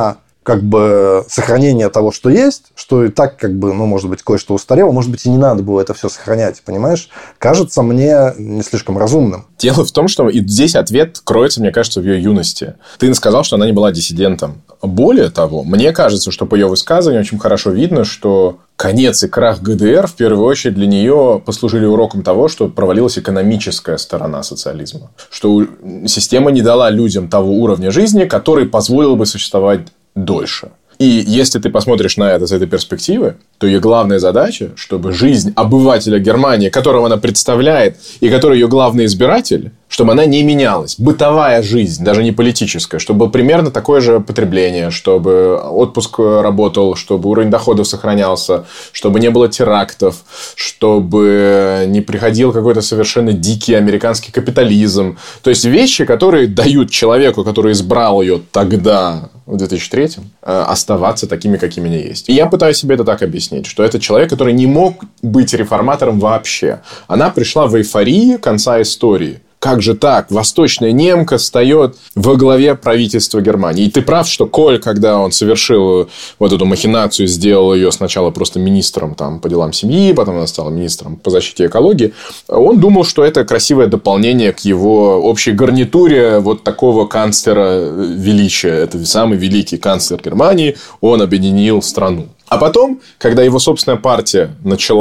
как бы сохранение того, что есть, что и так, как бы, ну, может быть, кое-что устарело, может быть, и не надо было это все сохранять, понимаешь? Кажется мне не слишком разумным. Дело в том, что и здесь ответ кроется, мне кажется, в ее юности. Ты сказал, что она не была диссидентом. Более того, мне кажется, что по ее высказыванию очень хорошо видно, что конец и крах ГДР, в первую очередь, для нее послужили уроком того, что провалилась экономическая сторона социализма. Что система не дала людям того уровня жизни, который позволил бы существовать дольше. И если ты посмотришь на это с этой перспективы, то ее главная задача, чтобы жизнь обывателя Германии, которого она представляет, и который ее главный избиратель, чтобы она не менялась. Бытовая жизнь, даже не политическая, чтобы было примерно такое же потребление, чтобы отпуск работал, чтобы уровень доходов сохранялся, чтобы не было терактов, чтобы не приходил какой-то совершенно дикий американский капитализм. То есть вещи, которые дают человеку, который избрал ее тогда, в 2003-м, оставаться такими, какими они есть. И я пытаюсь себе это так объяснить, что это человек, который не мог быть реформатором вообще. Она пришла в эйфории конца истории. Как же так? Восточная немка встает во главе правительства Германии. И ты прав, что Коль, когда он совершил вот эту махинацию, сделал ее сначала просто министром там, по делам семьи, потом она стала министром по защите экологии, он думал, что это красивое дополнение к его общей гарнитуре вот такого канцлера величия. Это самый великий канцлер Германии. Он объединил страну. А потом, когда его собственная партия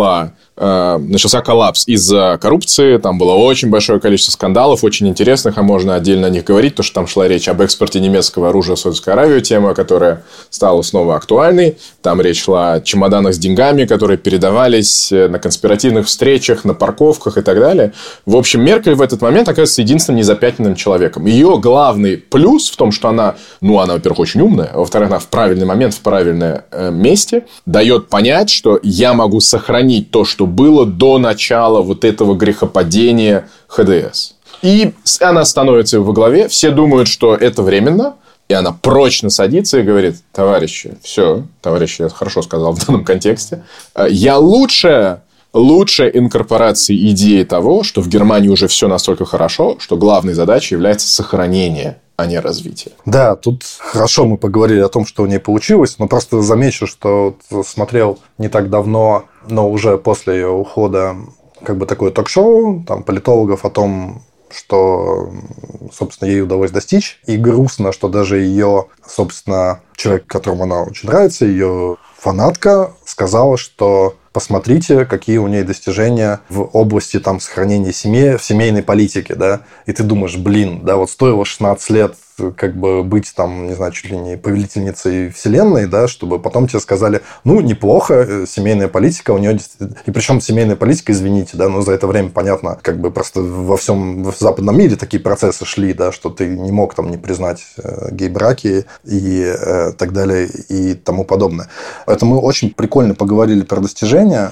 начался коллапс из-за коррупции, там было очень большое количество скандалов, очень интересных, а можно отдельно о них говорить, потому что там шла речь об экспорте немецкого оружия в Саудовскую Аравию, тема, которая стала снова актуальной. Там речь шла о чемоданах с деньгами, которые передавались на конспиративных встречах, на парковках и так далее. В общем, Меркель в этот момент оказывается единственным незапятнанным человеком. Ее главный плюс в том, что она, во-первых, очень умная, а во-вторых, она в правильный момент, в правильное месте, дает понять, что я могу сохранить то, что было до начала вот этого грехопадения ХДС. И она становится во главе. Все думают, что это временно. И она прочно садится и говорит: товарищи, я хорошо сказал в данном контексте. Я лучшая инкорпорация идеи того, что в Германии уже все настолько хорошо, что главной задачей является сохранение, а не развитие. Да, тут хорошо мы поговорили о том, что у нее получилось, но просто замечу, что смотрел не так давно, но уже после ее ухода, как бы такое ток-шоу там, политологов о том, что, собственно, ей удалось достичь. И грустно, что даже ее, собственно, человек, которому она очень нравится, ее фанатка, сказала, что посмотрите, какие у нее достижения в области там, сохранения семьи, в семейной политике, да, и ты думаешь, вот стоило 16 лет как бы быть там, не знаю, чуть ли не повелительницей вселенной, да, чтобы потом тебе сказали, неплохо, семейная политика у нее, и причем семейная политика, извините, да, но за это время, понятно, как бы просто во всем западном мире такие процессы шли, да, что ты не мог там не признать гей-браки и так далее и тому подобное. Это мы очень прикольно поговорили про достижения.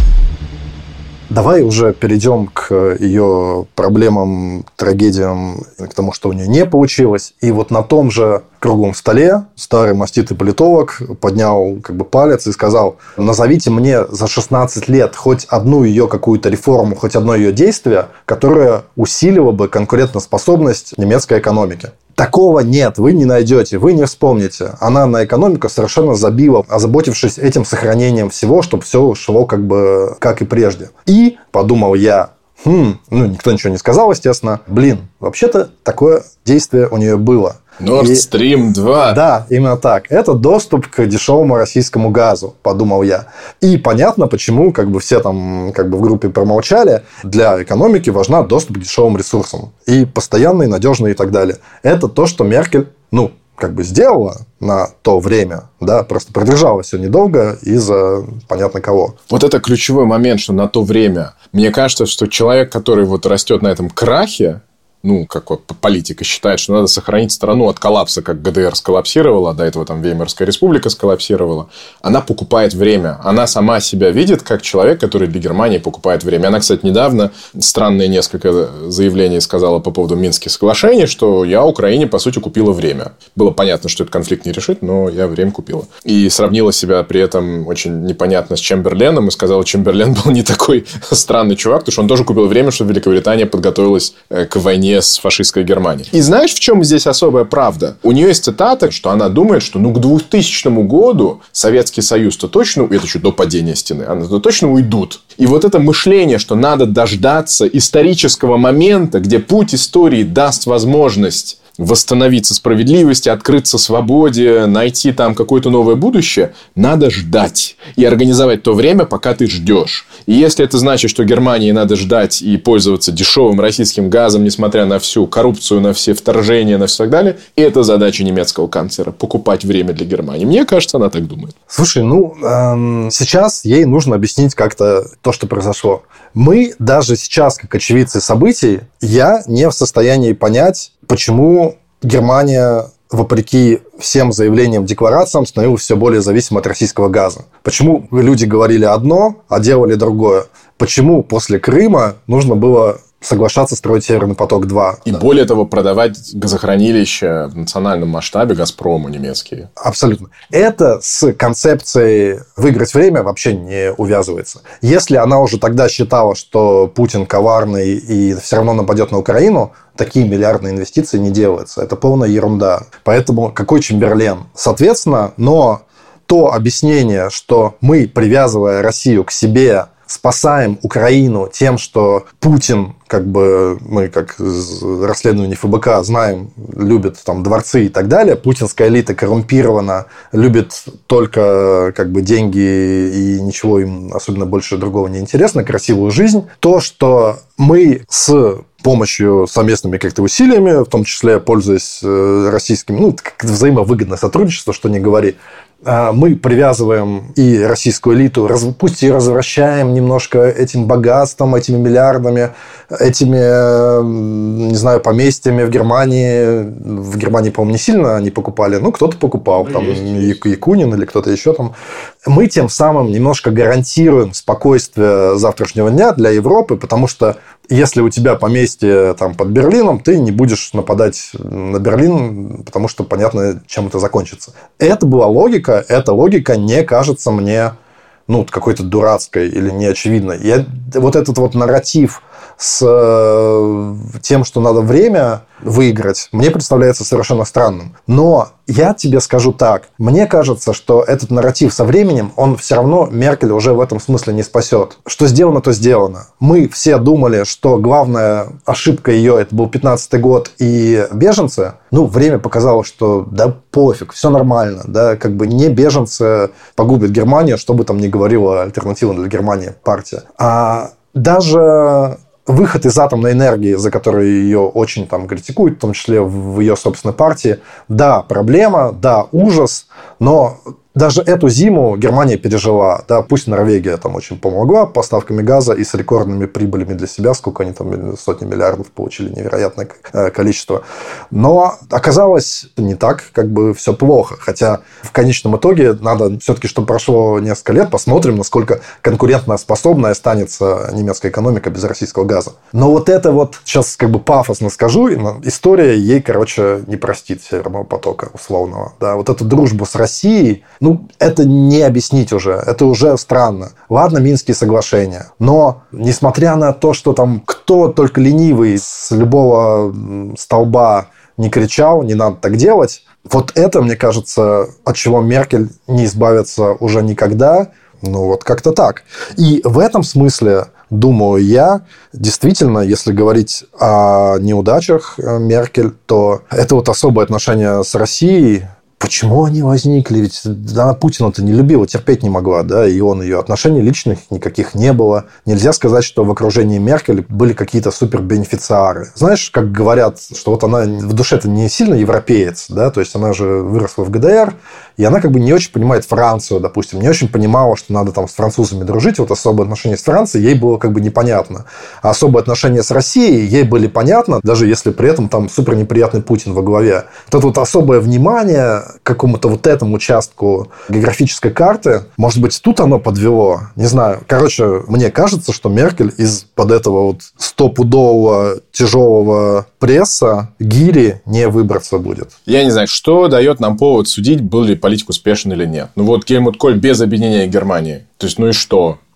Давай уже перейдем к ее проблемам, трагедиям, к тому, что у нее не получилось. И вот на том же круглом столе старый маститый политолог поднял как бы палец и сказал: назовите мне за 16 лет хоть одну ее какую-то реформу, хоть одно ее действие, которое усилило бы конкурентоспособность немецкой экономики. Такого нет, вы не найдете, вы не вспомните. Она на экономику совершенно забила, озаботившись этим сохранением всего, чтобы все шло как бы как и прежде. И подумал я, никто ничего не сказал, естественно. Вообще-то такое действие у нее было. Nord Stream 2. Да, именно так. Это доступ к дешевому российскому газу, подумал я. И понятно, почему как бы все там как бы в группе промолчали. Для экономики важна доступ к дешевым ресурсам. И постоянный, надежный и так далее. Это то, что Меркель, как бы сделала на то время, да, просто продержалась все недолго из-за понятно кого. Вот это ключевой момент, что на то время. Мне кажется, что человек, который вот растет на этом крахе, как вот политика считает, что надо сохранить страну от коллапса, как ГДР сколлапсировала, до этого там Веймарская республика сколлапсировала, она покупает время. Она сама себя видит как человек, который для Германии покупает время. Она, кстати, недавно странные несколько заявлений сказала по поводу Минских соглашений, что я Украине, по сути, купила время. Было понятно, что этот конфликт не решит, но я время купила. И сравнила себя при этом очень непонятно с Чемберленом и сказала, Чемберлен был не такой странный чувак, потому что он тоже купил время, чтобы Великобритания подготовилась к войне не с фашистской Германией. И знаешь, в чем здесь особая правда? У нее есть цитата, что она думает, что к 2000 году Советский Союз-то точно, это еще до падения стены, они точно уйдут. И вот это мышление, что надо дождаться исторического момента, где путь истории даст возможность восстановиться справедливости, открыться свободе, найти там какое-то новое будущее, надо ждать и организовать то время, пока ты ждешь. И если это значит, что Германии надо ждать и пользоваться дешевым российским газом, несмотря на всю коррупцию, на все вторжения, на все так далее, это задача немецкого канцлера – покупать время для Германии. Мне кажется, она так думает. Слушай, сейчас ей нужно объяснить как-то то, что произошло. Мы даже сейчас, как очевидцы событий, я не в состоянии понять, почему Германия, вопреки всем заявлениям, декларациям, становилась все более зависимой от российского газа. Почему люди говорили одно, а делали другое? Почему после Крыма нужно было соглашаться строить Северный поток-2? И более того, продавать газохранилища в национальном масштабе Газпрому немецкие. Абсолютно. Это с концепцией выиграть время вообще не увязывается. Если она уже тогда считала, что Путин коварный и все равно нападет на Украину, такие миллиардные инвестиции не делаются. Это полная ерунда. Поэтому какой Чемберлен? Соответственно, но то объяснение, что мы, привязывая Россию к себе, спасаем Украину тем, что Путин, мы как из расследований ФБК знаем, любит там дворцы и так далее, путинская элита коррумпирована, любит только деньги и ничего им особенно больше другого не интересно, красивую жизнь. То, что мы с помощью совместными усилиями, в том числе пользуясь российским, взаимовыгодное сотрудничество, что не говори, мы привязываем и российскую элиту, пусть и развращаем немножко этим богатством, этими миллиардами, этими, не знаю, поместьями в Германии. В Германии, по-моему, не сильно они покупали, кто-то покупал, там, Якунин или кто-то еще там. Мы тем самым немножко гарантируем спокойствие завтрашнего дня для Европы, потому что если у тебя поместье там под Берлином, ты не будешь нападать на Берлин, потому что понятно, чем это закончится. Это была логика. Эта логика не кажется мне какой-то дурацкой или неочевидной. Вот этот нарратив с тем, что надо время выиграть, мне представляется совершенно странным. Но я тебе скажу так. Мне кажется, что этот нарратив со временем, он все равно Меркель уже в этом смысле не спасет. Что сделано, то сделано. Мы все думали, что главная ошибка ее это был 15-й год и беженцы. Время показало, что да пофиг, все нормально. Да, не беженцы погубят Германию, что бы там ни говорила альтернативная для Германии партия. А даже выход из атомной энергии, за который ее очень критикуют, в том числе в ее собственной партии, да, проблема, да, ужас, но даже эту зиму Германия пережила. Да, пусть Норвегия там очень помогла поставками газа и с рекордными прибылями для себя, сколько они там сотни миллиардов получили, невероятное количество. Но оказалось не так, все плохо. Хотя в конечном итоге надо все-таки, чтобы прошло несколько лет, посмотрим, насколько конкурентоспособной останется немецкая экономика без российского газа. Но это сейчас пафосно скажу, история ей, не простит Северного потока условного. Да, эту дружбу с Россией, это не объяснить уже. Это уже странно. Ладно, Минские соглашения. Но, несмотря на то, что там кто только ленивый с любого столба не кричал, не надо так делать, это, мне кажется, от чего Меркель не избавится уже никогда. Как-то так. И в этом смысле, думаю я, действительно, если говорить о неудачах Меркель, то это особое отношение с Россией. Почему они возникли? Ведь она Путина-то не любила, терпеть не могла, да, и он ее отношений личных никаких не было. Нельзя сказать, что в окружении Меркель были какие-то супербенефициары. Знаешь, как говорят, что она в душе-то не сильно европеец, да, то есть она же выросла в ГДР, и она не очень понимает Францию, допустим, не очень понимала, что надо там с французами дружить, особое отношение с Францией ей было непонятно. А особое отношение с Россией ей были понятно, даже если при этом там супер неприятный Путин во главе. Это особое внимание к какому-то этому участку географической карты, может быть, тут оно подвело, не знаю. Мне кажется, что Меркель из-под этого стопудового тяжелого пресса гири не выбраться будет. Я не знаю, что дает нам повод судить, был ли политик успешен или нет. Гельмут Коль без объединения Германии. То есть, и что?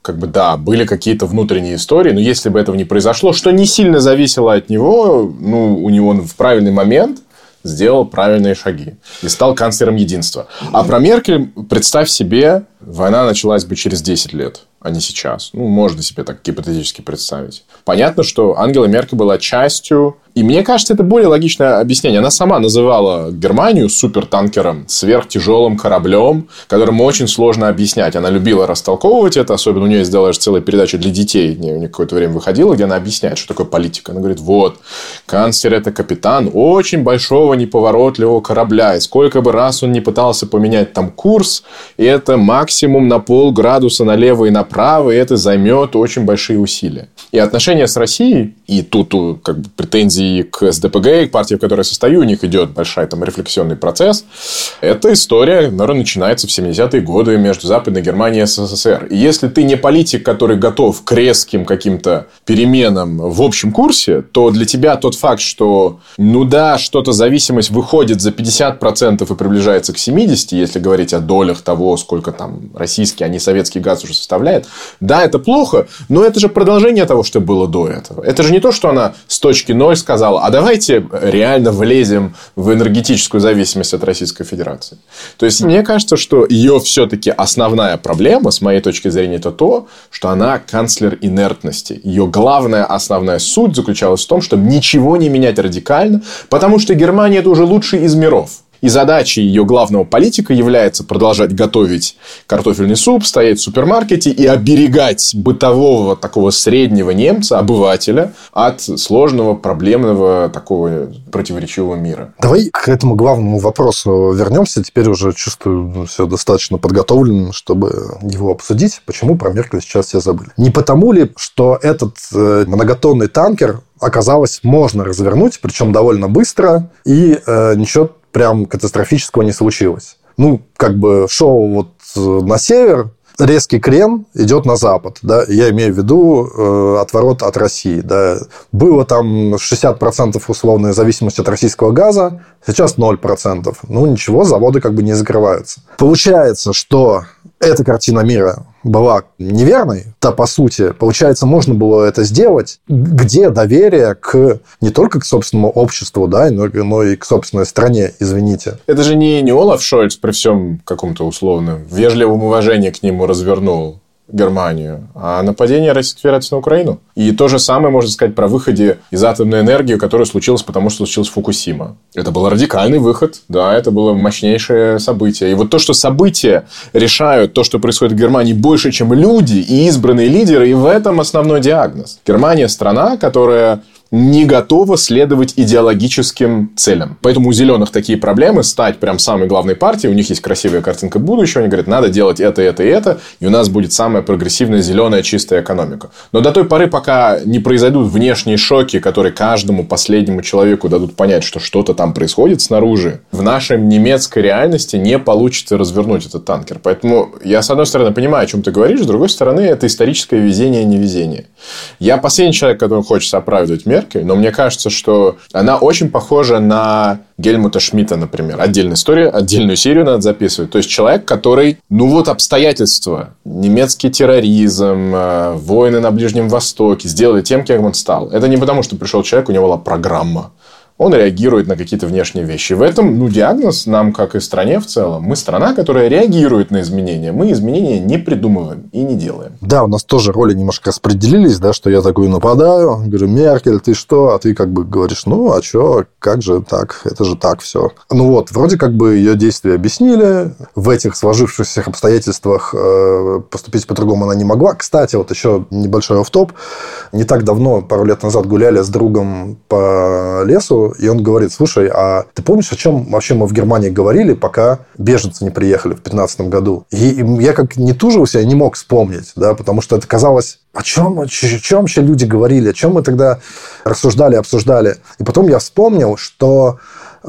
как бы, да, были какие-то внутренние истории, но если бы этого не произошло, что не сильно зависело от него, ну, у него в правильный момент сделал правильные шаги и стал канцлером единства. А про Меркель, представь себе, война началась бы через 10 лет, а не сейчас. Ну, можно себе так гипотетически представить. Понятно, что Ангела Меркель была частью... И мне кажется, это более логичное объяснение. Она сама называла Германию супертанкером, сверхтяжелым кораблем, которому очень сложно объяснять. Она любила растолковывать это. Особенно у нее есть даже целая передача для детей. У нее какое-то время выходила, где она объясняет, что такое политика. Она говорит, вот, канцлер – это капитан очень большого неповоротливого корабля. И сколько бы раз он ни пытался поменять там курс, это максимум на полградуса налево и направо, и это займет очень большие усилия. И отношения с Россией, и тут как бы претензии к СДПГ, к партии, в которой я состою, у них идет большой там рефлексионный процесс. Эта история, наверное, начинается в 70-е годы между Западной Германией и СССР. И если ты не политик, который готов к резким каким-то переменам в общем курсе, то для тебя тот факт, что, ну да, что-то зависимость выходит за 50% и приближается к 70%, если говорить о долях того, сколько там российский, а не советский газ уже составляет, да, это плохо, но это же продолжение того, что было до этого. Это же не то, что она с точки 0 сказала, а давайте реально влезем в энергетическую зависимость от Российской Федерации. То есть, мне кажется, что ее все-таки основная проблема, с моей точки зрения, это то, что она канцлер инертности. Ее главная основная суть заключалась в том, чтобы ничего не менять радикально, потому что Германия – это уже лучший из миров. И задачей ее главного политика является продолжать готовить картофельный суп, стоять в супермаркете и оберегать бытового такого среднего немца, обывателя, от сложного, проблемного, такого противоречивого мира. Давай к этому главному вопросу вернемся. Теперь уже чувствую все достаточно подготовленным, чтобы его обсудить. Почему про Меркель сейчас все забыли? Не потому ли, что этот многотонный танкер оказалось можно развернуть, причем довольно быстро, и ничего прям катастрофического не случилось. Ну, как бы шел вот на север, резкий крен идет на запад. Да? Я имею в виду отворот от России. Да? Было там 60% условная зависимость от российского газа, сейчас 0%. Ну, ничего, заводы как бы не закрываются. Получается, что эта картина мира была неверной, то, по сути, получается, можно было это сделать, где доверие не только к собственному обществу, да, но и к собственной стране, извините. Это же не Олаф Шольц при всем каком-то условном вежливом уважении к нему развернул Германию, а нападение Российской Федерации на Украину. И то же самое можно сказать про выходе из атомной энергии, которое случилось, потому что случилось Фукусима. Это был радикальный выход, да, это было мощнейшее событие. И вот то, что события решают то, что происходит в Германии, больше, чем люди и избранные лидеры, и в этом основной диагноз. Германия – страна, которая не готова следовать идеологическим целям. Поэтому у зеленых такие проблемы стать прям самой главной партией. У них есть красивая картинка будущего. Они говорят, надо делать это, это и это. И у нас будет самая прогрессивная, зеленая, чистая экономика. Но до той поры, пока не произойдут внешние шоки, которые каждому последнему человеку дадут понять, что что-то там происходит снаружи, в нашей немецкой реальности не получится развернуть этот танкер. Поэтому я, с одной стороны, понимаю, о чем ты говоришь. С другой стороны, это историческое везение и невезение. Я последний человек, которому хочется оправдывать Меркель, но мне кажется, что она очень похожа на Гельмута Шмидта, например. Отдельная история, отдельную серию надо записывать. То есть, человек, который, обстоятельства, немецкий терроризм, войны на Ближнем Востоке сделали тем, кем он стал. Это не потому, что пришел человек, у него была программа. Он реагирует на какие-то внешние вещи. В этом, диагноз нам, как и стране в целом. Мы страна, которая реагирует на изменения. Мы изменения не придумываем и не делаем. Да, у нас тоже роли немножко распределились, да, что я такой нападаю, говорю, Меркель, ты что? А ты как бы говоришь, а что, как же так? Это же так все. Вроде как бы ее действия объяснили. В этих сложившихся обстоятельствах поступить по-другому она не могла. Кстати, еще небольшой офф-топ. Не так давно, пару лет назад, гуляли с другом по лесу, и он говорит, слушай, а ты помнишь, о чем вообще мы в Германии говорили, пока беженцы не приехали в 2015 году? И я как не тужился, я не мог вспомнить, да, потому что это казалось, о чем вообще люди говорили, о чем мы тогда рассуждали, обсуждали. И потом я вспомнил, что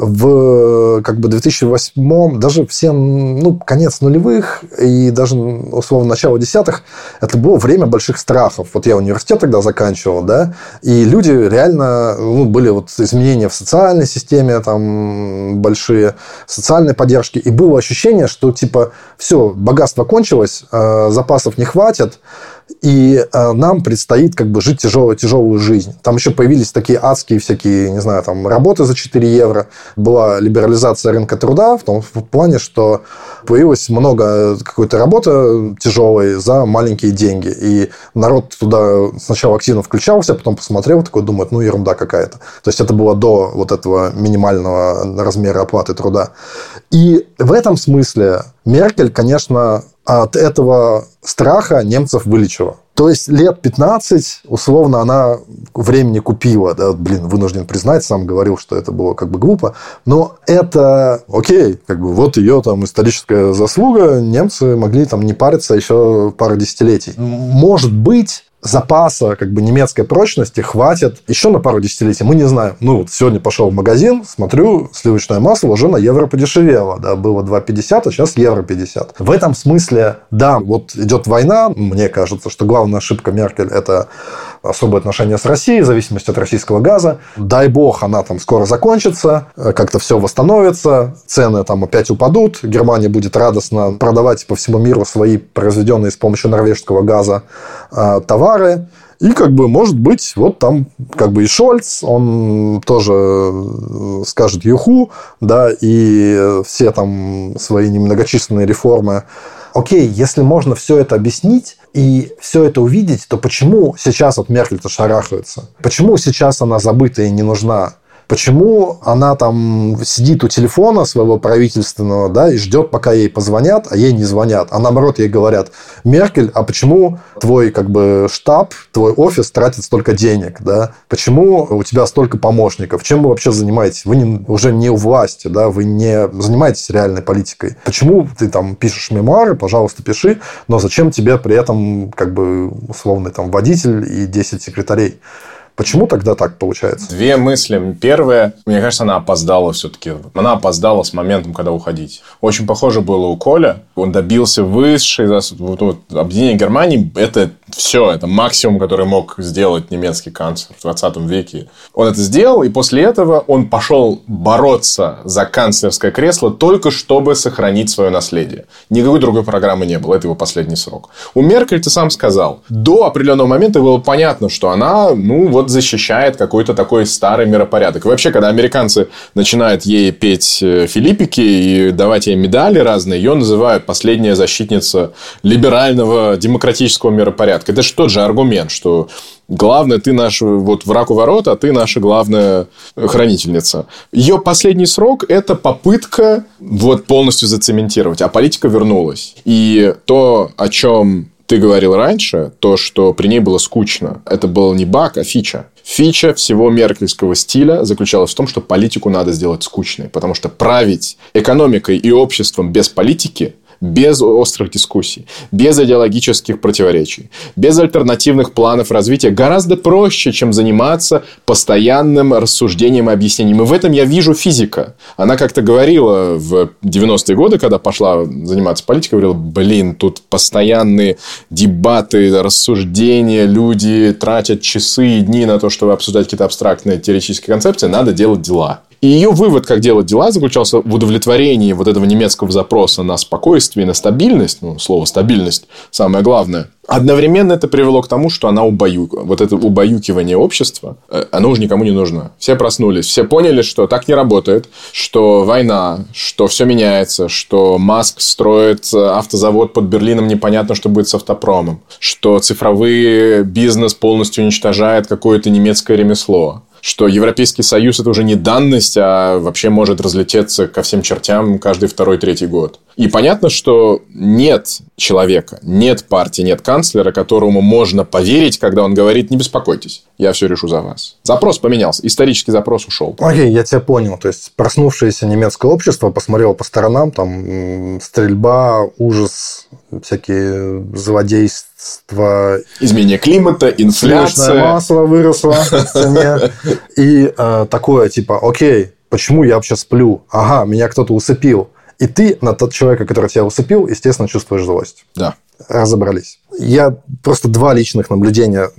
в 2008, даже конец нулевых и даже, условно, начало десятых, это было время больших страхов. Вот я университет тогда заканчивал, да, и люди реально, были изменения в социальной системе, там, большие социальной поддержки, и было ощущение, что, все, богатство кончилось, запасов не хватит, и нам предстоит как бы жить тяжелую жизнь. Там еще появились такие адские всякие, не знаю, там работы за 4 евро. Была либерализация рынка труда в том плане, что появилось много какой-то работы тяжелой за маленькие деньги. И народ туда сначала активно включался, потом посмотрел, такой думает, ну, ерунда какая-то. То есть, это было до вот этого минимального размера оплаты труда. И в этом смысле Меркель, конечно, от этого страха немцев вылечила. То есть, лет 15, условно, она времени купила. Да? Вынужден признать, сам говорил, что это было как бы глупо. Но это окей. Как бы, вот ее там историческая заслуга. Немцы могли там не париться еще пару десятилетий. Может быть, запаса как бы немецкой прочности хватит еще на пару десятилетий, мы не знаем. Ну, вот сегодня пошел в магазин, смотрю, сливочное масло уже на евро подешевело. Да, было 2,50, а сейчас евро 50. В этом смысле, да, вот идет война. Мне кажется, что главная ошибка Меркель – это особые отношения с Россией, зависимость от российского газа. Дай бог, она там скоро закончится, как-то все восстановится, цены там опять упадут, Германия будет радостно продавать по всему миру свои произведенные с помощью норвежского газа товары. И, как бы, может быть, вот там, как бы, и Шольц, он тоже скажет юху, да, и все там свои немногочисленные реформы. Окей, если можно все это объяснить и все это увидеть, то почему сейчас от Меркель-то шарахаются? Почему сейчас она забыта и не нужна? Почему она там сидит у телефона своего правительственного, да, и ждет, пока ей позвонят, а ей не звонят? А наоборот, ей говорят: Меркель, а почему твой как бы штаб, твой офис тратит столько денег? Да? Почему у тебя столько помощников? Чем вы вообще занимаетесь? Вы уже не у власти, да? Вы не занимаетесь реальной политикой. Почему ты там пишешь мемуары? Пожалуйста, пиши. Но зачем тебе при этом как бы условный там водитель и 10 секретарей? Почему тогда так получается? Две мысли. Первая, мне кажется, она опоздала все-таки. Она опоздала с моментом, когда уходить. Очень похоже было у Коля. Он добился высшей... Объединение Германии – это все. Это максимум, который мог сделать немецкий канцлер в 20 веке. Он это сделал, и после этого он пошел бороться за канцлерское кресло только чтобы сохранить свое наследие. Никакой другой программы не было. Это его последний срок. У Меркель, ты сам сказал, до определенного момента было понятно, что она, защищает какой-то такой старый миропорядок. И вообще, когда американцы начинают ей петь филиппики и давать ей медали разные, ее называют последняя защитница либерального демократического миропорядка. Это же тот же аргумент, что главное, ты наш враг у ворот, а ты наша главная хранительница. Ее последний срок – это попытка полностью зацементировать, а политика вернулась. И то, о чем ты говорил раньше, то, что при ней было скучно, это был не баг, а фича. Фича всего меркельского стиля заключалась в том, что политику надо сделать скучной. Потому что править экономикой и обществом без политики, без острых дискуссий, без идеологических противоречий, без альтернативных планов развития гораздо проще, чем заниматься постоянным рассуждением и объяснением. И в этом я вижу физика. Она как-то говорила в 90-е годы, когда пошла заниматься политикой, говорила: тут постоянные дебаты, рассуждения, люди тратят часы и дни на то, чтобы обсуждать какие-то абстрактные теоретические концепции, надо делать дела. И ее вывод, как делать дела, заключался в удовлетворении этого немецкого запроса на спокойствие, на стабильность. Слово «стабильность» самое главное. Одновременно это привело к тому, что она это убаюкивание общества, оно уже никому не нужно. Все проснулись, все поняли, что так не работает, что война, что все меняется, что Маск строит автозавод под Берлином, непонятно, что будет с автопромом, что цифровой бизнес полностью уничтожает какое-то немецкое ремесло, что Европейский Союз – это уже не данность, а вообще может разлететься ко всем чертям каждый второй, третий год. И понятно, что нет человека, нет партии, нет канцлера, которому можно поверить, когда он говорит: не беспокойтесь, я все решу за вас. Запрос поменялся, исторический запрос ушел. Окей, я тебя понял. То есть, проснувшееся немецкое общество посмотрело по сторонам, там стрельба, ужас, всякие злодейства. Изменение климата, инфляция. Сливочное масло выросло в цене. И такое типа: окей, почему я вообще сплю? Ага, меня кто-то усыпил. И ты на тот человека, который тебя усыпил, естественно, чувствуешь злость. Да. Разобрались. Я просто одно личное наблюдение,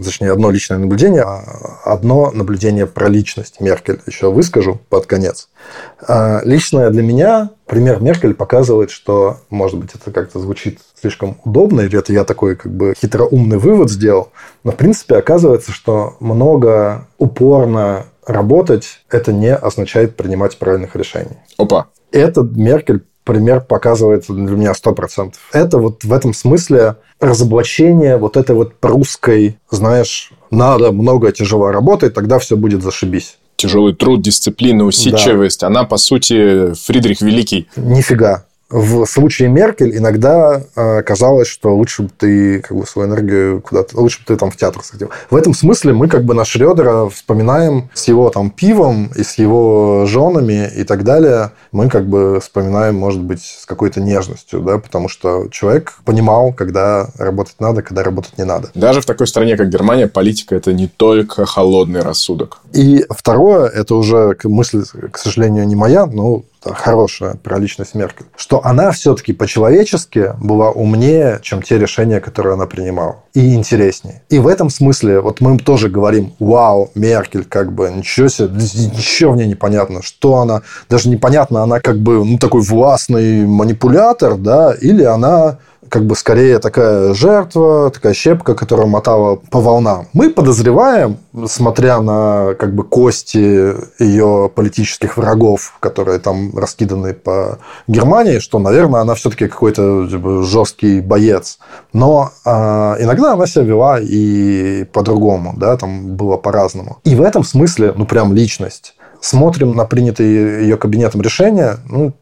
одно наблюдение про личность Меркель еще выскажу под конец. Личное для меня пример Меркель показывает, что, может быть, это как-то звучит слишком удобно, или это я такой как бы хитроумный вывод сделал, но, в принципе, оказывается, что много упорно работать, это не означает принимать правильных решений. Опа. Это Меркель пример показывает для меня 100%. Это вот в этом смысле разоблачение вот этой вот прусской, знаешь, надо много тяжело работать, тогда все будет зашибись. Тяжелый труд, дисциплина, усидчивость. Да. Она, по сути, Фридрих Великий. Нифига. В случае Меркель иногда казалось, что лучше бы ты как бы свою энергию куда-то... Лучше бы ты там в театр сходил. В этом смысле мы как бы на Шрёдера вспоминаем с его там пивом и с его женами и так далее. Мы как бы вспоминаем, может быть, с какой-то нежностью, да, потому что человек понимал, когда работать надо, когда работать не надо. Даже в такой стране, как Германия, политика – это не только холодный рассудок. И второе, это уже мысль, к сожалению, не моя, но хорошая про личность Меркель, что она все-таки по-человечески была умнее, чем те решения, которые она принимала, и интереснее. И в этом смысле вот мы тоже говорим, вау, Меркель, как бы, ничего себе, ничего в ней непонятно, что она, даже непонятно, она как бы, такой властный манипулятор, да, или она как бы скорее такая жертва, такая щепка, которая мотала по волнам. Мы подозреваем, смотря на как бы кости ее политических врагов, которые там раскиданы по Германии, что, наверное, она все-таки какой-то жесткий боец. Но иногда она себя вела и по-другому, да, там было по-разному. И в этом смысле, прям личность. Смотрим на принятые ее кабинетом решения,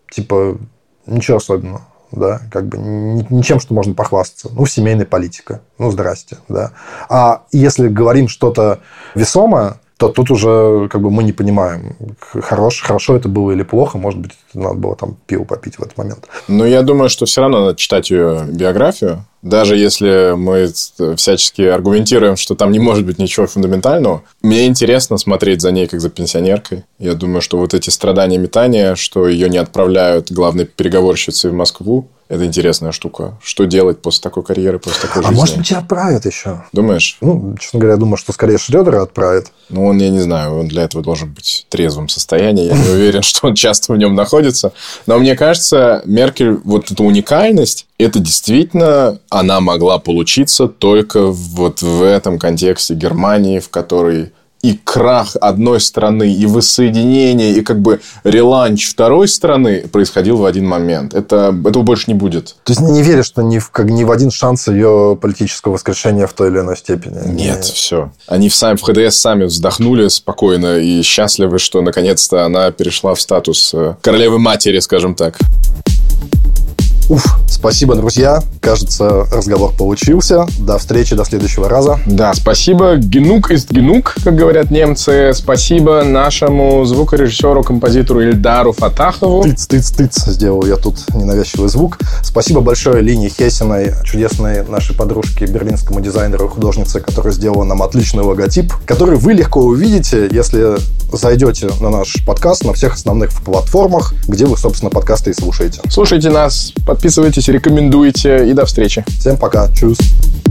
ничего особенного. Да, как бы ничем, что можно похвастаться. Семейная политика. Здрасте. Да. А если говорим что-то весомое, то тут уже как бы мы не понимаем, хорошо это было или плохо. Может быть, надо было там пиво попить в этот момент. Но я думаю, что все равно надо читать ее биографию. Даже если мы всячески аргументируем, что там не может быть ничего фундаментального, мне интересно смотреть за ней, как за пенсионеркой. Я думаю, что вот эти страдания, метания, что ее не отправляют главной переговорщицей в Москву, это интересная штука. Что делать после такой карьеры, после такой жизни? А может быть, тебя отправят еще? Думаешь? Честно говоря, я думаю, что скорее Шрёдера отправят. Он, я не знаю, он для этого должен быть в трезвом состоянии. Я не уверен, что он часто в нем находится. Но мне кажется, Меркель, вот эта уникальность, это действительно она могла получиться только вот в этом контексте Германии, в которой и крах одной страны, и воссоединение, и как бы реланч второй страны происходил в один момент. Этого больше не будет. То есть, не веришь, что ни в один шанс ее политического воскрешения в той или иной степени? Нет, все. Они в ХДС сами вздохнули спокойно и счастливы, что наконец-то она перешла в статус королевы-матери, скажем так. Спасибо, друзья. Кажется, разговор получился. До встречи, до следующего раза. Да, спасибо. Генук ist генук, как говорят немцы. Спасибо нашему звукорежиссеру, композитору Ильдару Фатахову. Тыц, сделал я тут ненавязчивый звук. Спасибо большое Лине Хессиной, чудесной нашей подружке, берлинскому дизайнеру и художнице, которая сделала нам отличный логотип, который вы легко увидите, если зайдете на наш подкаст на всех основных платформах, где вы, собственно, подкасты и слушаете. Слушайте нас, подписывайтесь, рекомендуйте и до встречи. Всем пока. Чус.